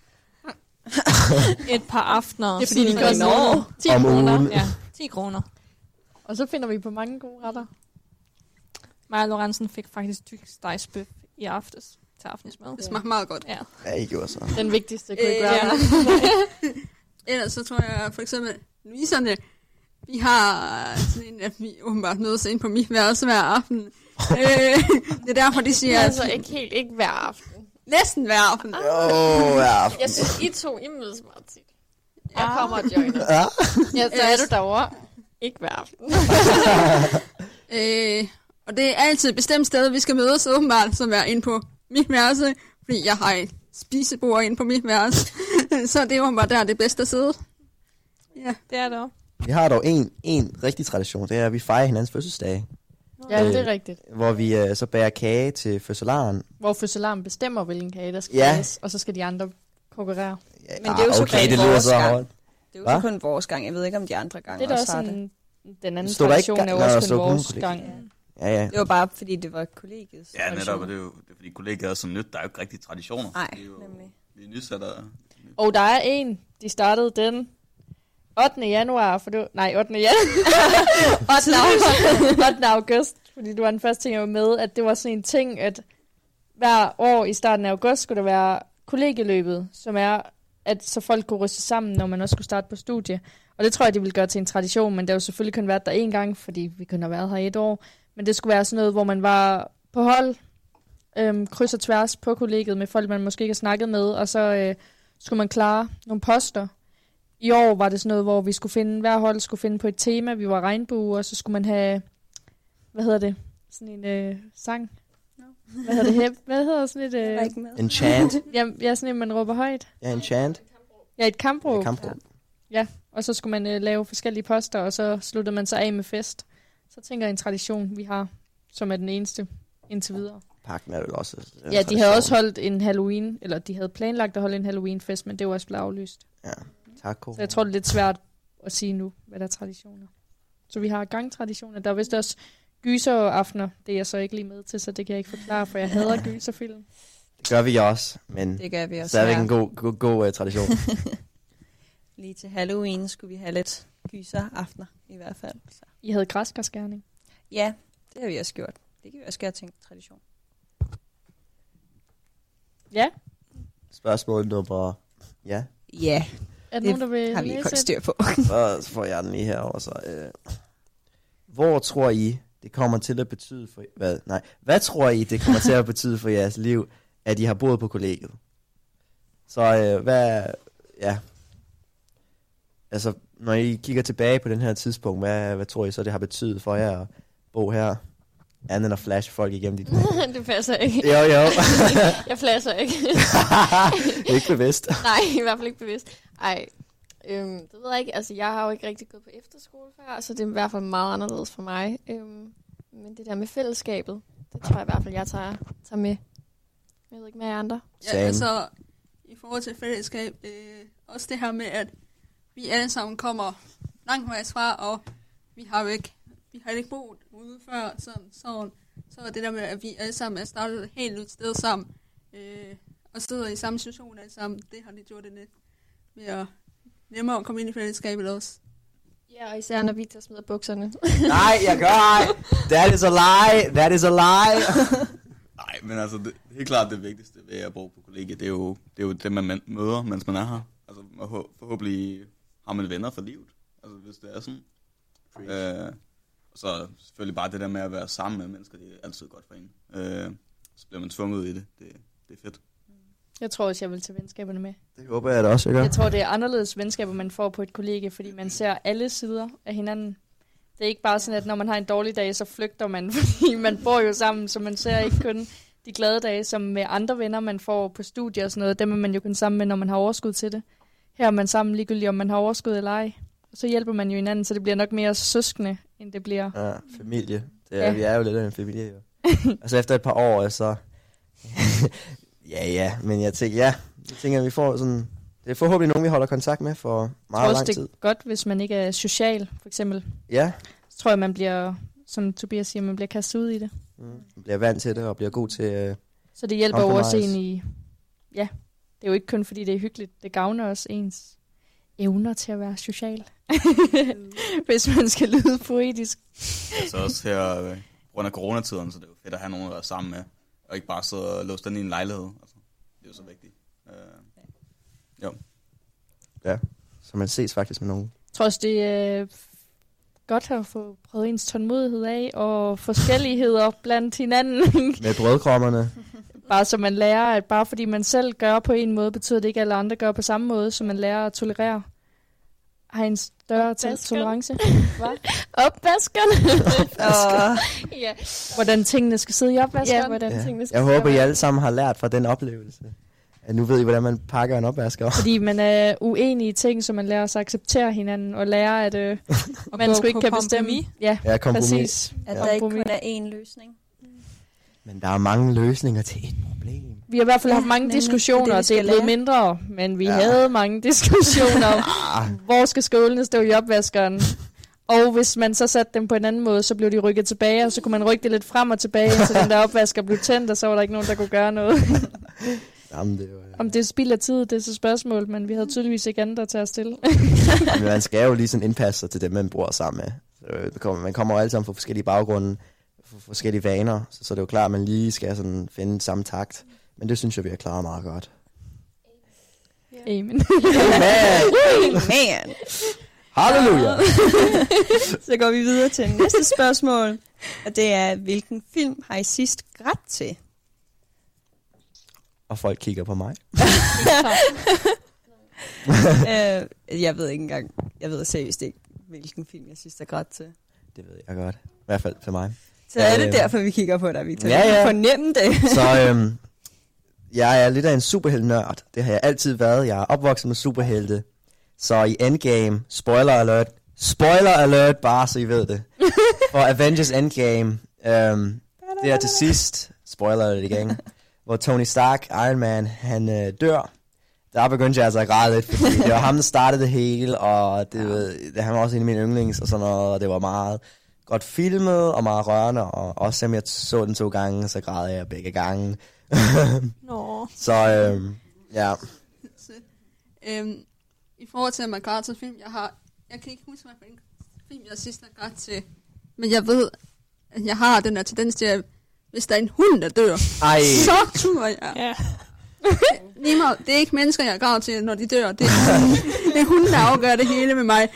Et par aftener. Det er fordi, de koster 10 kroner. Ja, 10 kroner. Og så finder vi på mange gode retter. Mig og Lorentzen fik faktisk tykstegsbøf i aftes til aftensmad. Det smager meget godt. Ja. Ja, I gjorde så. Den vigtigste kunne ikke være. Ja. Ellers så tror jeg for eksempel, Louiserne, vi har sådan en, at vi åbenbart mødes ind på mit værelse hver aften. Det er derfor, de siger... Altså ikke hver aften. Næsten hver aften. hver aften. Jeg synes, I to, I mødes meget tit. Jeg kommer og joiner. Ja, så er du derovre. Ikke hver aften. Og det er altid et bestemt sted, vi skal mødes åbenbart, som er inde på mit værelse. Fordi jeg har et spisebord inde på mit værelse. Så det er åbenbart der det bedste at sidde. Ja, det er det også. Vi har dog en rigtig tradition, det er, at vi fejrer hinandens fødselsdage. Ja, det er rigtigt. Hvor vi så bager kage til fødselaren. Hvor fødselaren bestemmer, hvilken kage der skal bages, og så skal de andre konkurrere. Ja, men det er jo så okay, det lyder så hårdt. Det er jo så kun vores gang. Jeg ved ikke, om de andre gange det er også har sådan, det. Den anden tradition er jo også kun vores gang. Ja. Det var bare, fordi det var kollegiets Ja, netop, og det er fordi kollegiet er så nyt. Der er jo ikke rigtig traditioner. Nej, det er jo, nemlig. Vi er nysætter. Og der er en, de startede den 8. januar, for du... Nej, 8. januar. 8. august, fordi du var den første ting, jeg var med, at det var sådan en ting, at hver år i starten af august skulle der være kollegieløbet, som er, at så folk kunne ryste sammen, når man også skulle starte på studie. Og det tror jeg, de ville gøre til en tradition, men det har jo selvfølgelig kun været der en gang, fordi vi kun har været her i et år. Men det skulle være sådan noget, hvor man var på hold, kryds og tværs på kollegiet med folk, man måske ikke har snakket med, og så skulle man klare nogle poster. I år var det sådan noget, hvor vi skulle finde, hver hold skulle finde på et tema. Vi var regnbue, og så skulle man have, sådan en sang. Hvad hedder sådan et... Enchant. Ja, sådan en, man råber højt. Ja, enchant. Ja, et kampråb. Kampråb. Ja, og så skulle man lave forskellige poster, og så sluttede man sig af med fest. Så tænker jeg en tradition, vi har, som er den eneste indtil videre. Pakken er jo også... Ja, de havde også holdt en Halloween, eller de havde planlagt at holde en Halloween-fest, men det var også blevet aflyst. Ja, tak. Så jeg tror, det er lidt svært at sige nu, hvad der er traditioner. Så vi har gangtraditioner. Der er vist også gyseraftener. Det er jeg så ikke lige med til, så det kan jeg ikke forklare, for jeg hader gyserfilm. Det gør vi også, men det gør vi også stadigvæk en god tradition. Lige til Halloween skulle vi have lidt gyseraftener, i hvert fald. Så. I havde græskarskærning? Ja, det har vi også gjort. Det kan vi også gøre til en tradition. Ja. Spørgsmål nummer... Ja. Ja. Er der nogen, der vil har vi ikke holdt styr på. Så får jeg den lige herovre. Så, hvor tror I, det kommer til at betyde for... Hvad tror I, det kommer til at betyde for jeres liv, at I har boet på kollegiet? Så Ja. Altså, når I kigger tilbage på den her tidspunkt, hvad tror I så, det har betydet for jer at bo her? Andet end at flashe folk igennem dit knæ. Det passer ikke. Jo. Jeg flasher ikke. Ikke bevidst. Nej, i hvert fald ikke bevidst. Ej, det ved jeg ikke. Altså, jeg har jo ikke rigtig gået på efterskole før, så det er i hvert fald meget anderledes for mig. Men det der med fællesskabet, det tror jeg i hvert fald, jeg tager med. Jeg ved ikke med jer andre. Ja, altså, i forhold til fællesskab, også det her med, at vi alle sammen kommer langvejs fra, og vi har ikke boet ude før, så det der med, at vi alle sammen er startet et helt nyt sted sammen, og sidder i samme situation alle sammen, det har det gjort det lidt mere nemmere at komme ind i fællesskabet også. Ja, og især når Victor smider bukserne. Nej, jeg gør ej. That is a lie. Nej, men altså, helt klart det vigtigste ved at bo på kollegiet, det er jo det, man møder, mens man er her. Altså, forhåbentlig har man venner for livet, altså hvis det er sådan. Og så selvfølgelig bare det der med at være sammen med mennesker, det er altid godt for en. Så bliver man tvunget ud i det. Det er fedt. Jeg tror også, jeg vil tage venskaberne med. Det håber jeg da også, jeg gør. Jeg tror, det er anderledes venskaber, man får på et kollegie, fordi man ser alle sider af hinanden. Det er ikke bare sådan, at når man har en dårlig dag, så flygter man, fordi man bor jo sammen, så man ser ikke kun de glade dage, som med andre venner, man får på studier og sådan noget. Dem er man jo kun sammen med, når man har overskud til det. Her er man sammen ligegyldigt, om man har overskud eller ej. Og så hjælper man jo hinanden, så det bliver nok mere søskende, end det bliver... Ja, familie. Vi er jo lidt af en familie, jo. Altså efter et par år, så... men jeg tænker, vi får sådan... Det er forhåbentlig nogen, vi holder kontakt med for meget lang tid. Det er godt, hvis man ikke er social, for eksempel. Ja. Så tror jeg, man bliver, som Tobias siger, man bliver kastet ud i det. Man bliver vant til det, og bliver god til... Så det hjælper jo også en i... Ja, det er jo ikke kun fordi, det er hyggeligt. Det gavner også ens evner til at være social. Hvis man skal lyde poetisk. Altså også her, på grund af coronatiden, så det er jo fedt at have nogen at være sammen med. Og ikke bare sidde og låse den i en lejlighed. Altså, det er jo så vigtigt. Jo. Ja, så man ses faktisk med nogen. Jeg tror også, det er godt at få prøvet ens tålmodighed af, og forskelligheder blandt hinanden. Med brødkrommerne. Bare så man lærer, at bare fordi man selv gør på en måde, betyder det ikke, at alle andre gør på samme måde, så man lærer at tolerere. Har en større tolerance. Opvaskerne. Ja. Hvordan tingene skal sidde i opvaskeren. Ja, hvordan tingene skal Jeg håber, I alle sammen har lært fra den oplevelse. At nu ved I, hvordan man pakker en opvasker. Fordi man er uenig i ting, så man lærer at acceptere hinanden, og lærer, at man sgu ikke kan bestemme. Ja, kompromis. Præcis. At der ikke kun er én løsning. Men der er mange løsninger til et problem. Vi har i hvert fald haft mange diskussioner, og det er blevet mindre, men vi havde mange diskussioner om, hvor skal skålene stå i opvaskeren? Og hvis man så satte dem på en anden måde, så blev de rykket tilbage, og så kunne man rykke det lidt frem og tilbage, indtil den der opvasker blev tændt, og så var der ikke nogen, der kunne gøre noget. Jamen, det er jo, Om det spild af tid, det er så spørgsmål, men vi havde tydeligvis ikke andet at tage at stille. men man skal jo lige sådan indpasse sig til dem, man bor sammen med. Så man kommer jo alle sammen fra forskellige baggrunde, fra forskellige vaner, så det er jo klart, at man lige skal sådan finde samme takt. Men det synes jeg, vi har klaret meget godt. Amen. Man. Halleluja! Så går vi videre til næste spørgsmål. Og det er, hvilken film har I sidst grædt til? Og folk kigger på mig. Jeg ved ikke engang. Jeg ved seriøst ikke, hvilken film jeg sidst har grædt til. Det ved jeg godt. I hvert fald til mig. Så er det derfor, vi kigger på dig, Victor. Ja. Fornem det. Så jeg er lidt af en superhelt-nørd. Det har jeg altid været. Jeg er opvokset med superhelte. Så i Endgame, spoiler alert, bare så I ved det. For Avengers Endgame, det er til sidst, spoiler alert igen, hvor Tony Stark, Iron Man, han dør. Der begyndte jeg altså at græde lidt, fordi det var ham, der startede det hele, og han var også en af mine yndlings og sådan noget, og det var meget godt filmet og meget rørende, og også selvom jeg så den 2 gange, så græd jeg begge gange. Så ja. I forhold til, at man græder til film, jeg kan ikke huske, hvad en film jeg sidst har grædt til, men jeg ved, at jeg har den der tendens til, at hvis der er en hund, der dør, så turer jeg. Ja. Det er ikke mennesker, jeg græder til, når de dør. Det er hunden, der afgør det hele med mig.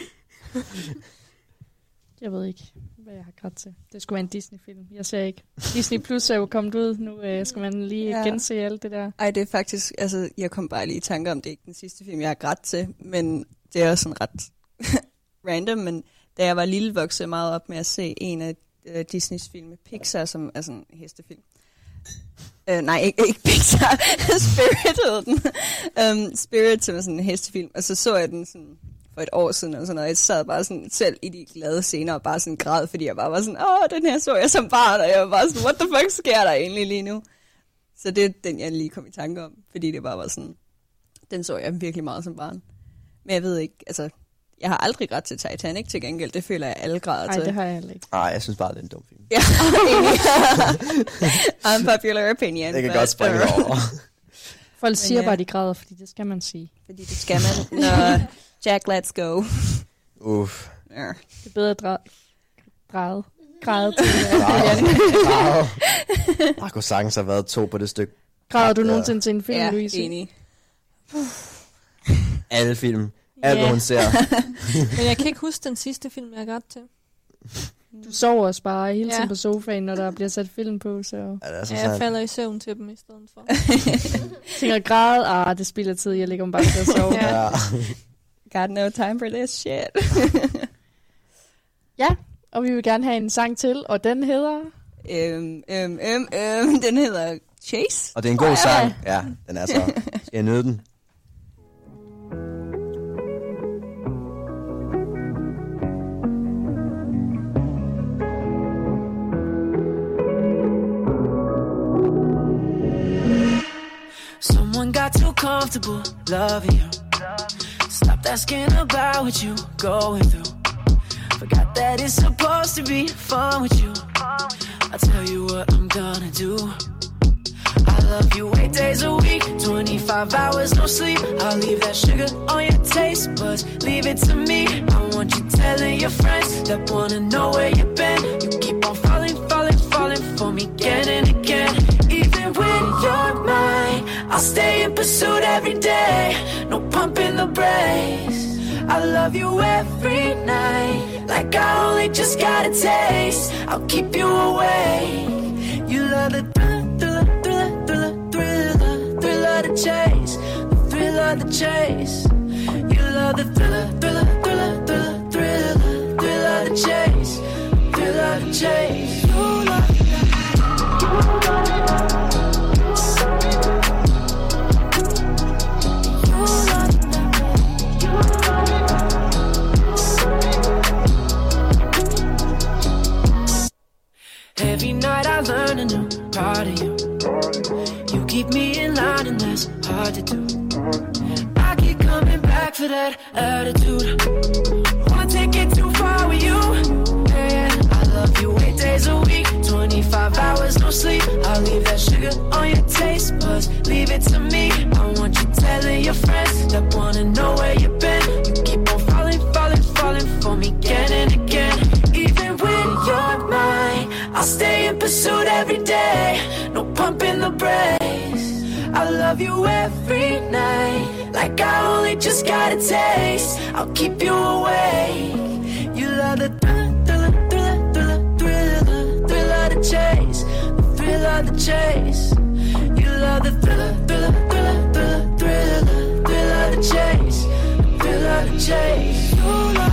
Jeg ved ikke, hvad jeg har grædt til. Det skulle være en Disney-film. Jeg ser ikke. Disney Plus er jo kommet ud. Nu skal man lige gense alt det der. Ej, det er faktisk... Altså, jeg kom bare lige i tanke om, det er ikke den sidste film, jeg har grædt til. Men det er også sådan ret random. Men da jeg var lille, voksede jeg meget op med at se en af Disneys film med Pixar, som er sådan en hestefilm. Nej, ikke Pixar. Spirit hed den. Spirit, som er sådan en hestefilm. Og så jeg den sådan for et år siden, og sådan noget. Jeg sad bare sådan selv i de glade scener, og bare sådan græd, fordi jeg bare var sådan, den her så jeg som barn, og jeg var bare sådan, what the fuck sker der egentlig lige nu? Så det er den, jeg lige kom i tanke om, fordi det bare var sådan, den så jeg virkelig meget som barn. Men jeg ved ikke, altså, jeg har aldrig grædt til Titanic til gengæld, det føler jeg alle græder til. Nej, det har jeg heller ikke. Nej, jeg synes bare, det er en dum film. Ja, unpopular opinion. Det kan godt springe over. Folk siger bare, de græder, fordi det skal man sige. Fordi det skal man. Jack, let's go. Uff. Ja. Det er bedre græde til. Der kunne sagtens have været 2 på det stykke. Græder du nogensinde til en film, ja, Louise? Enig. Alle film. Alt, hvad hun ser. Men jeg kan ikke huske den sidste film, jeg har grædt til. Du sover også bare hele tiden på sofaen, når der bliver sat film på, så... Jeg falder i søvn til dem i stedet for. Tænker græde, det spilder tid, jeg ligger bare til at sove. Got no time for this shit. Ja, og vi vil gerne have en sang til, og den hedder... Den hedder Chase. Og det er en god sang. Ja, den er så... Skal jeg nyde den? Someone got too comfortable loving you. Stopped asking about what you going through. Forgot that it's supposed to be fun with you. I'll tell you what I'm gonna do. I love you 8 days a week, 25 hours no sleep. I'll leave that sugar on your taste buds, leave it to me. I want you telling your friends that wanna know where you've been. You keep on falling, falling, falling for me again and again. Even when you're mine, I'll stay in pursuit every day. No pumping the brakes. I love you every night, like I only just got a taste. I'll keep you awake. You love the thrill, thrill of the chase, the thrill of the chase. You love the thrill of the chase, thrill of the chase. You love every night I learn a new part of you. You keep me in line and that's hard to do. I keep coming back for that attitude. Wanna take it too far with you. I'll stay in pursuit every day. No pump in the brakes. I love you every night, like I only just got a taste. I'll keep you awake. You love the thrill of the chase, the thrill of the chase. You love the thrill of the chase, thrill of the chase. You love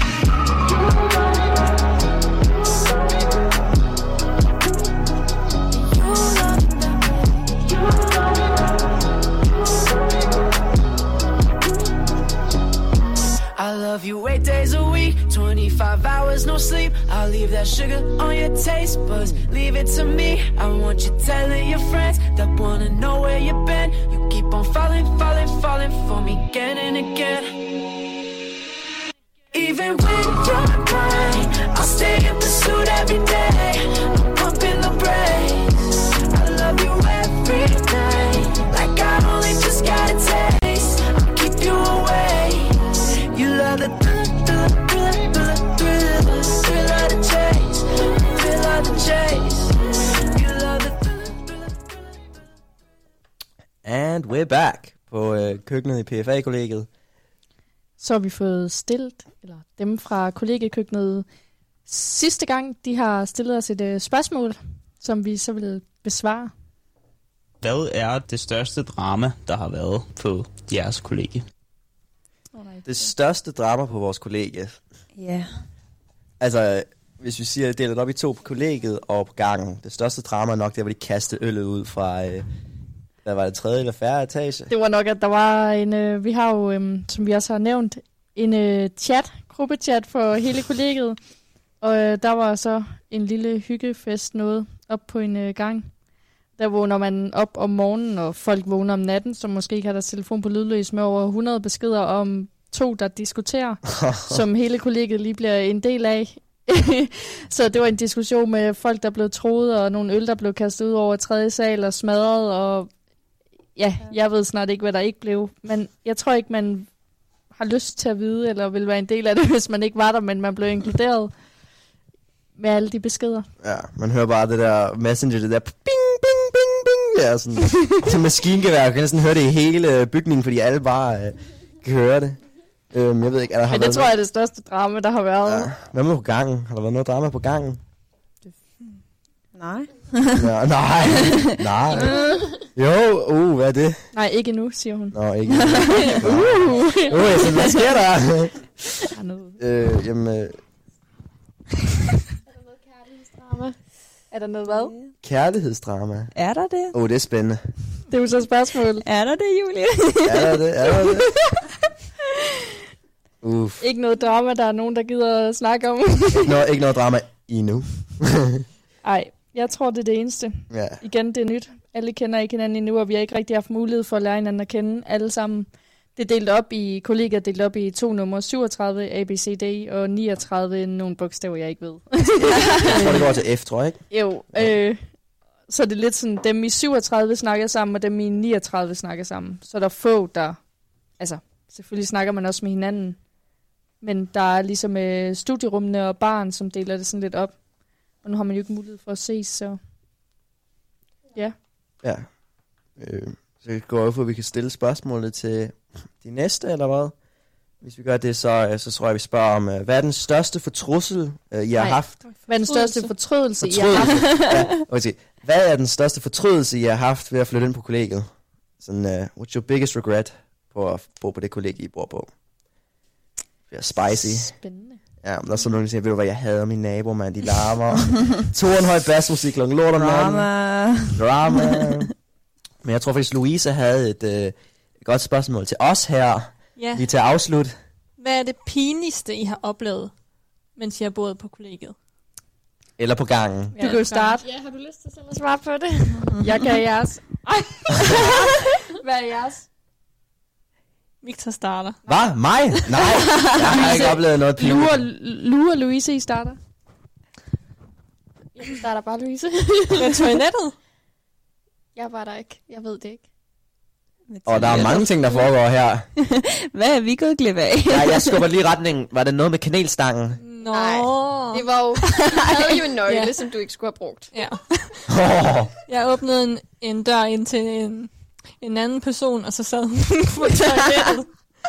I love you 8 days a week, 25 hours, no sleep. I'll leave that sugar on your taste buds, leave it to me. I want you telling your friends that wanna know where you've been. You keep on falling, falling, falling for me again and again. Even when you're mine, I'll stay in pursuit every day. I'm pumping the brakes. I love you every night, like I only just got a taste. I'll keep you away. You love the thrill of the chase, thrill of the chase. You love the And we're back på køkkenet i PFA-kollegiet. Så har vi fået stillet, eller dem fra kollegiekøkkenet, sidste gang, de har stillet os et spørgsmål, som vi så vil besvare. Hvad er det største drama, der har været på jeres kollegie? Det største drama på vores kollegie. Ja. Altså, hvis vi siger, deler det op i 2 på kollegiet og på gangen. Det største drama er nok der, hvor de kastede øllet ud fra, hvad var det, 3. eller 4. etage? Det var nok, at der var en, vi har jo, som vi også har nævnt, en gruppechat for hele kollegiet. Og der var så en lille hyggefest noget op på en gang. Der vågner man op om morgenen, og folk vågner om natten, som måske ikke har deres telefon på lydløs med over 100 beskeder om 2, der diskuterer, som hele kollegiet lige bliver en del af. Så det var en diskussion med folk, der blev troet, og nogle øl, der blev kastet ud over 3. sal og smadret, og ja, jeg ved snart ikke, hvad der ikke blev. Men jeg tror ikke, man har lyst til at vide, eller vil være en del af det, hvis man ikke var der, men man blev inkluderet med alle de beskeder. Ja, man hører bare det der messenger, det der bing, bing, bing, bing. Ja, sådan til maskingevær. Jeg kan næsten høre det i hele bygningen, fordi alle bare kan høre det. Jeg ved ikke, Men det tror jeg er det største drama, der har været. Ja. Hvad med på gangen? Har der været noget drama på gangen? Nej. Ja, nej. Jo, hvad er det? Nej, ikke nu, siger hun. Nå, ikke nu. Så hvad sker der? Jamen... Er der noget hvad? Kærlighedsdrama. Er der det? Det er spændende. Det er jo så spørgsmål. Er der det, Julie? Er der det? Ikke noget drama, der er nogen, der gider at snakke om. ikke noget drama endnu. Nej, jeg tror, det er det eneste. Ja. Igen, det er nyt. Alle kender ikke hinanden endnu, og vi har ikke rigtig haft mulighed for at lære hinanden at kende alle sammen. Det er delt op i, kollegaer delt op i 2 numre, 37 ABCD og 39 nogle bogstaver, jeg ikke ved. Jeg tror, det går til F, tror jeg ikke? Jo, så det er lidt sådan, dem i 37 snakker sammen, og dem i 39 snakker sammen. Så der er få, der, altså selvfølgelig snakker man også med hinanden, men der er ligesom studierummene og baren, som deler det sådan lidt op. Og nu har man jo ikke mulighed for at ses, så ja. Ja, så går jeg for, at vi kan stille spørgsmålet til de næste, eller hvad? Hvis vi gør det, så tror jeg, vi spørger om, hvad er den største fortrussel, I har haft? Hvad er den største fortrydelse, I har haft? Ja, okay. Hvad er den største fortrydelse, I har haft ved at flytte ind på kollegiet? Sådan, what's your biggest regret på at bo på det kollegie, I bor på? Det er spicy. Spændende. Ja, men der er sådan nogen, der siger, ved du hvad, jeg hader mine naboer, man, de larmer. Torenhøj bassmusik, klokken lort om natten. Drama. Men jeg tror faktisk, Louise havde et godt spørgsmål til os her. Ja. Lige til at afslutte. Hvad er det pinligste, I har oplevet, mens I har boet på kollegiet? Eller på gangen. Du kan jo starte. Ja, har du lyst til selv at svare på det? Jeg kan jeres. Hvad er jeres? Victor starter. Hvad? Mig? Nej, jeg har ikke oplevet noget pinligt. Lure Louise, I starter. Jeg starter bare, Louise. Med toilettet? Jeg var der ikke. Jeg ved det ikke. Og der er mange ting, der foregår her. Hvad er vi gået glip af? Ja, jeg skubber lige retningen. Var det noget med kanelstangen? Nå. Nej, det var jo... Jeg havde jo en nøgle, som du ikke skulle have brugt. Ja. Jeg åbnede en dør ind til en anden person, og så sad hun på toilettet.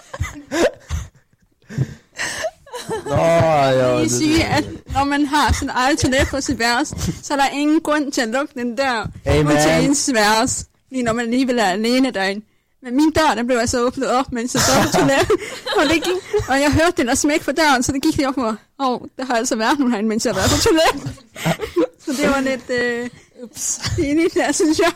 Jeg vil sige, at når man har sin eget toilet på sit værelse, så er der ingen grund til at lukke den dør ud til ens værelse, lige når man alligevel er alene derinde. Men min dør, den blev altså åbnet op, mens jeg stod på toilettet. Og jeg hørte den der smæk for døren, så det gik lige op for, der har altså været nogen herinde, mens jeg har været på toilettet. Så det var lidt pinligt der, synes jeg.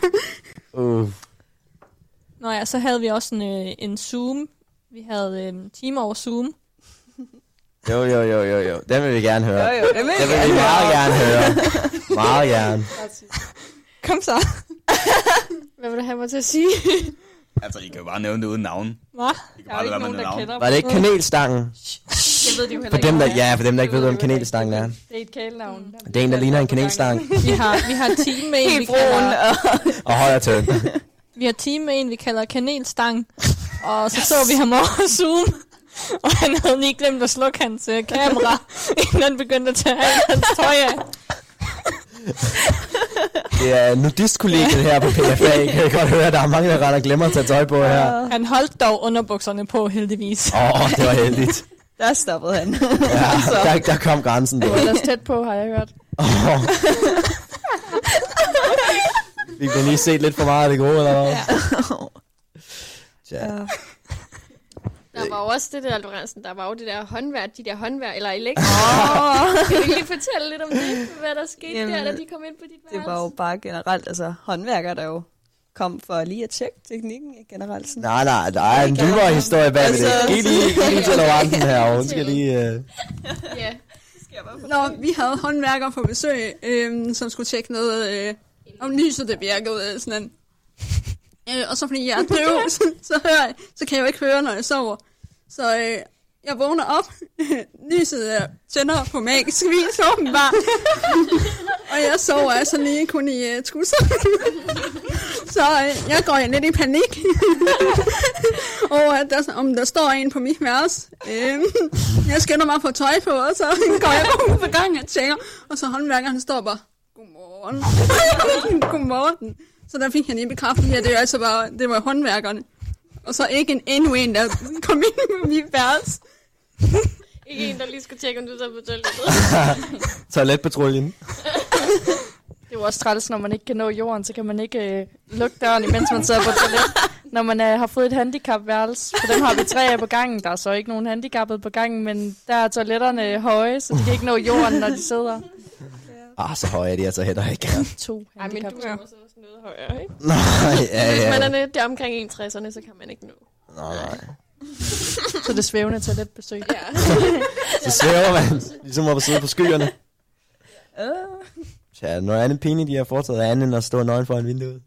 Nå ja, så havde vi også en Zoom. Vi havde timer over Zoom. Jo. Den vil vi gerne høre. Jo, det vil vi meget gerne høre. Meget gerne. Kom så. Hvad vil du have mig til at sige? Altså, I kan jo bare nævne det uden navn. Hvad? Der er jo ikke nogen, der kender. Var det ikke kanelstangen? Jeg ved det jo heller for dem, der, for dem, der ikke ved, hvad en kanelstang er. Det er et kælenavn. Det er en, der ligner en kanelstang. Vi har team med en, vi kalder... Og højre tøn. Vi har team med en, vi kalder kanelstang. Og så vi ham over Zoom. Og han havde lige glemt at slukke hans kamera, inden han begyndte at tage hans tøj af. Det er nudistkollegiet her på PFA. Kan jeg godt høre, der er mange, der render og glemmer at tage tøj på her. Han holdt dog underbukserne på, heldigvis. Det var heldigt. Der stoppede han. Ja, der kom grænsen. Det var ellers tæt på, har jeg hørt. Vi kan lige set lidt for meget af det gode, eller hvad? Ja. Der var jo også det der, Lorentzen, der var jo det der håndværk, eller elektrik. Kan du lige fortælle lidt om det, hvad der skete der, da de kom ind på dit værelse? Det var jo bare generelt, altså håndværkere, der jo kom for lige at tjekke teknikken generelt. Sådan. Nej, der er en dybere historie bag det. Giv lige til Lorentzen her, hun skal lige... Ja. Når vi havde håndværkere på besøg, som skulle tjekke noget om lyset, det virkede sådan og så fordi jeg er døv, så kan jeg jo ikke høre, når jeg sover. Så jeg vågner op, lyset tænder på magisk vis, åbenbart. Og jeg sover altså lige kun i trusser. Så jeg går lidt i panik. Og om der står en på mit værelse. Jeg skynder mig at få tøj på, og så går jeg rundt på gangen og tjekker. Og så håndværkeren, han står bare, godmorgen. Godmorgen. Så der fik han lige bekræftet, at det var altså bare, det var håndværkerne. Og så ikke endnu en, der kom ind på mit værelse. Ikke en, der lige skulle tjekke, om du så på toilettet. Toiletpatruljen. Det er jo også træls, når man ikke kan nå jorden, så kan man ikke lukke døren, imens man sidder på toilet. Når man har fået et handicapværelse, for dem har vi 3 af på gangen. Der er så ikke nogen handicappede på gangen, men der er toiletterne høje, så de kan ikke nå jorden, når de sidder. Så høje er de altså heller ikke. 2 handicap. Men du er også noget højere, ikke? Nej, ja. Hvis man er der omkring 61'erne, så kan man ikke nå. Nej. Så det svævende toiletbesøg. Ja. Så svæver man, ligesom at sidde på skyerne. Ja, noget andet pinligt, de har foretaget andet end at stå nøgen foran vinduet.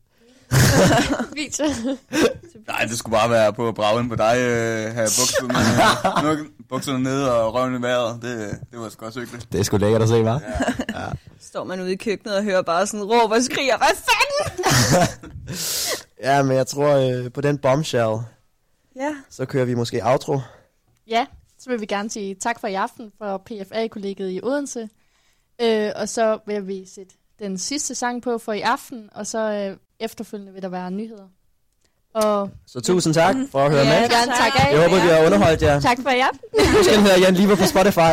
Nej, det skulle bare være på at brage ind på dig, have bukserne nede og røven i vejret. Det var sgu også hyggeligt. Det er sgu lækkert at se, hva'? Ja. Står man ude i køkkenet og hører bare sådan råb og skriger, hvad fanden? Ja, men jeg tror på den bombshell, så kører vi måske outro. Ja, så vil vi gerne sige tak for i aften for PFA-kollegiet i Odense. Og så vil vi sætte den sidste sang på for i aften, og så efterfølgende vil der være nyheder. Så tusind tak for at høre med. Gerne tak af. Jeg håber, vi har underholdt jer. Tak for i aften. Du skal høre Jan Lieber på Spotify.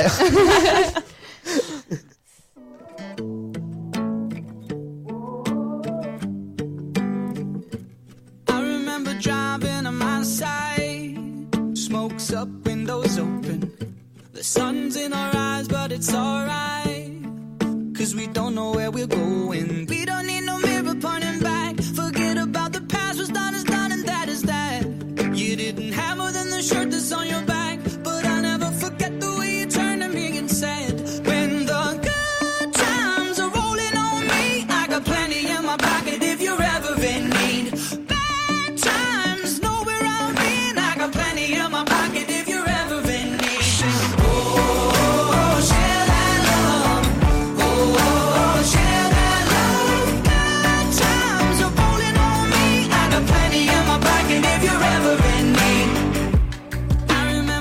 Driving on my side, smoke's up, windows open. The sun's in our eyes, but it's alright, 'cause we don't know where we're going. We don't need no mirror pointing back. Forget about the past, what's done is done, and that is that. You didn't have more than the shirt that's on your back, but I'll never forget the way you turned to me and said, when the good times are rolling on me, I got plenty in my pocket if you're ever in need. My pocket if you're ever in need. Oh, share that love. Oh, share that love. Bad times are rolling on me. I got plenty in my pocket if you're ever in need. I remember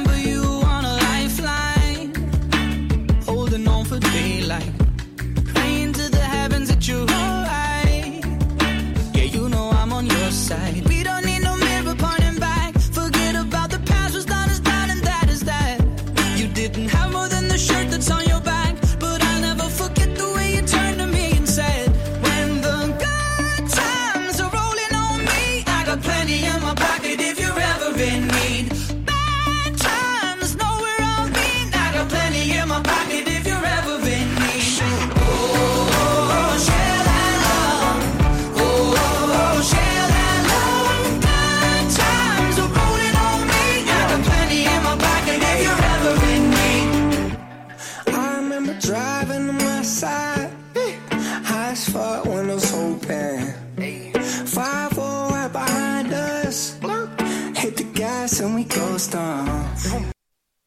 asphalt windows open. 5-4 right behind us. Hit the gas and we ghost on.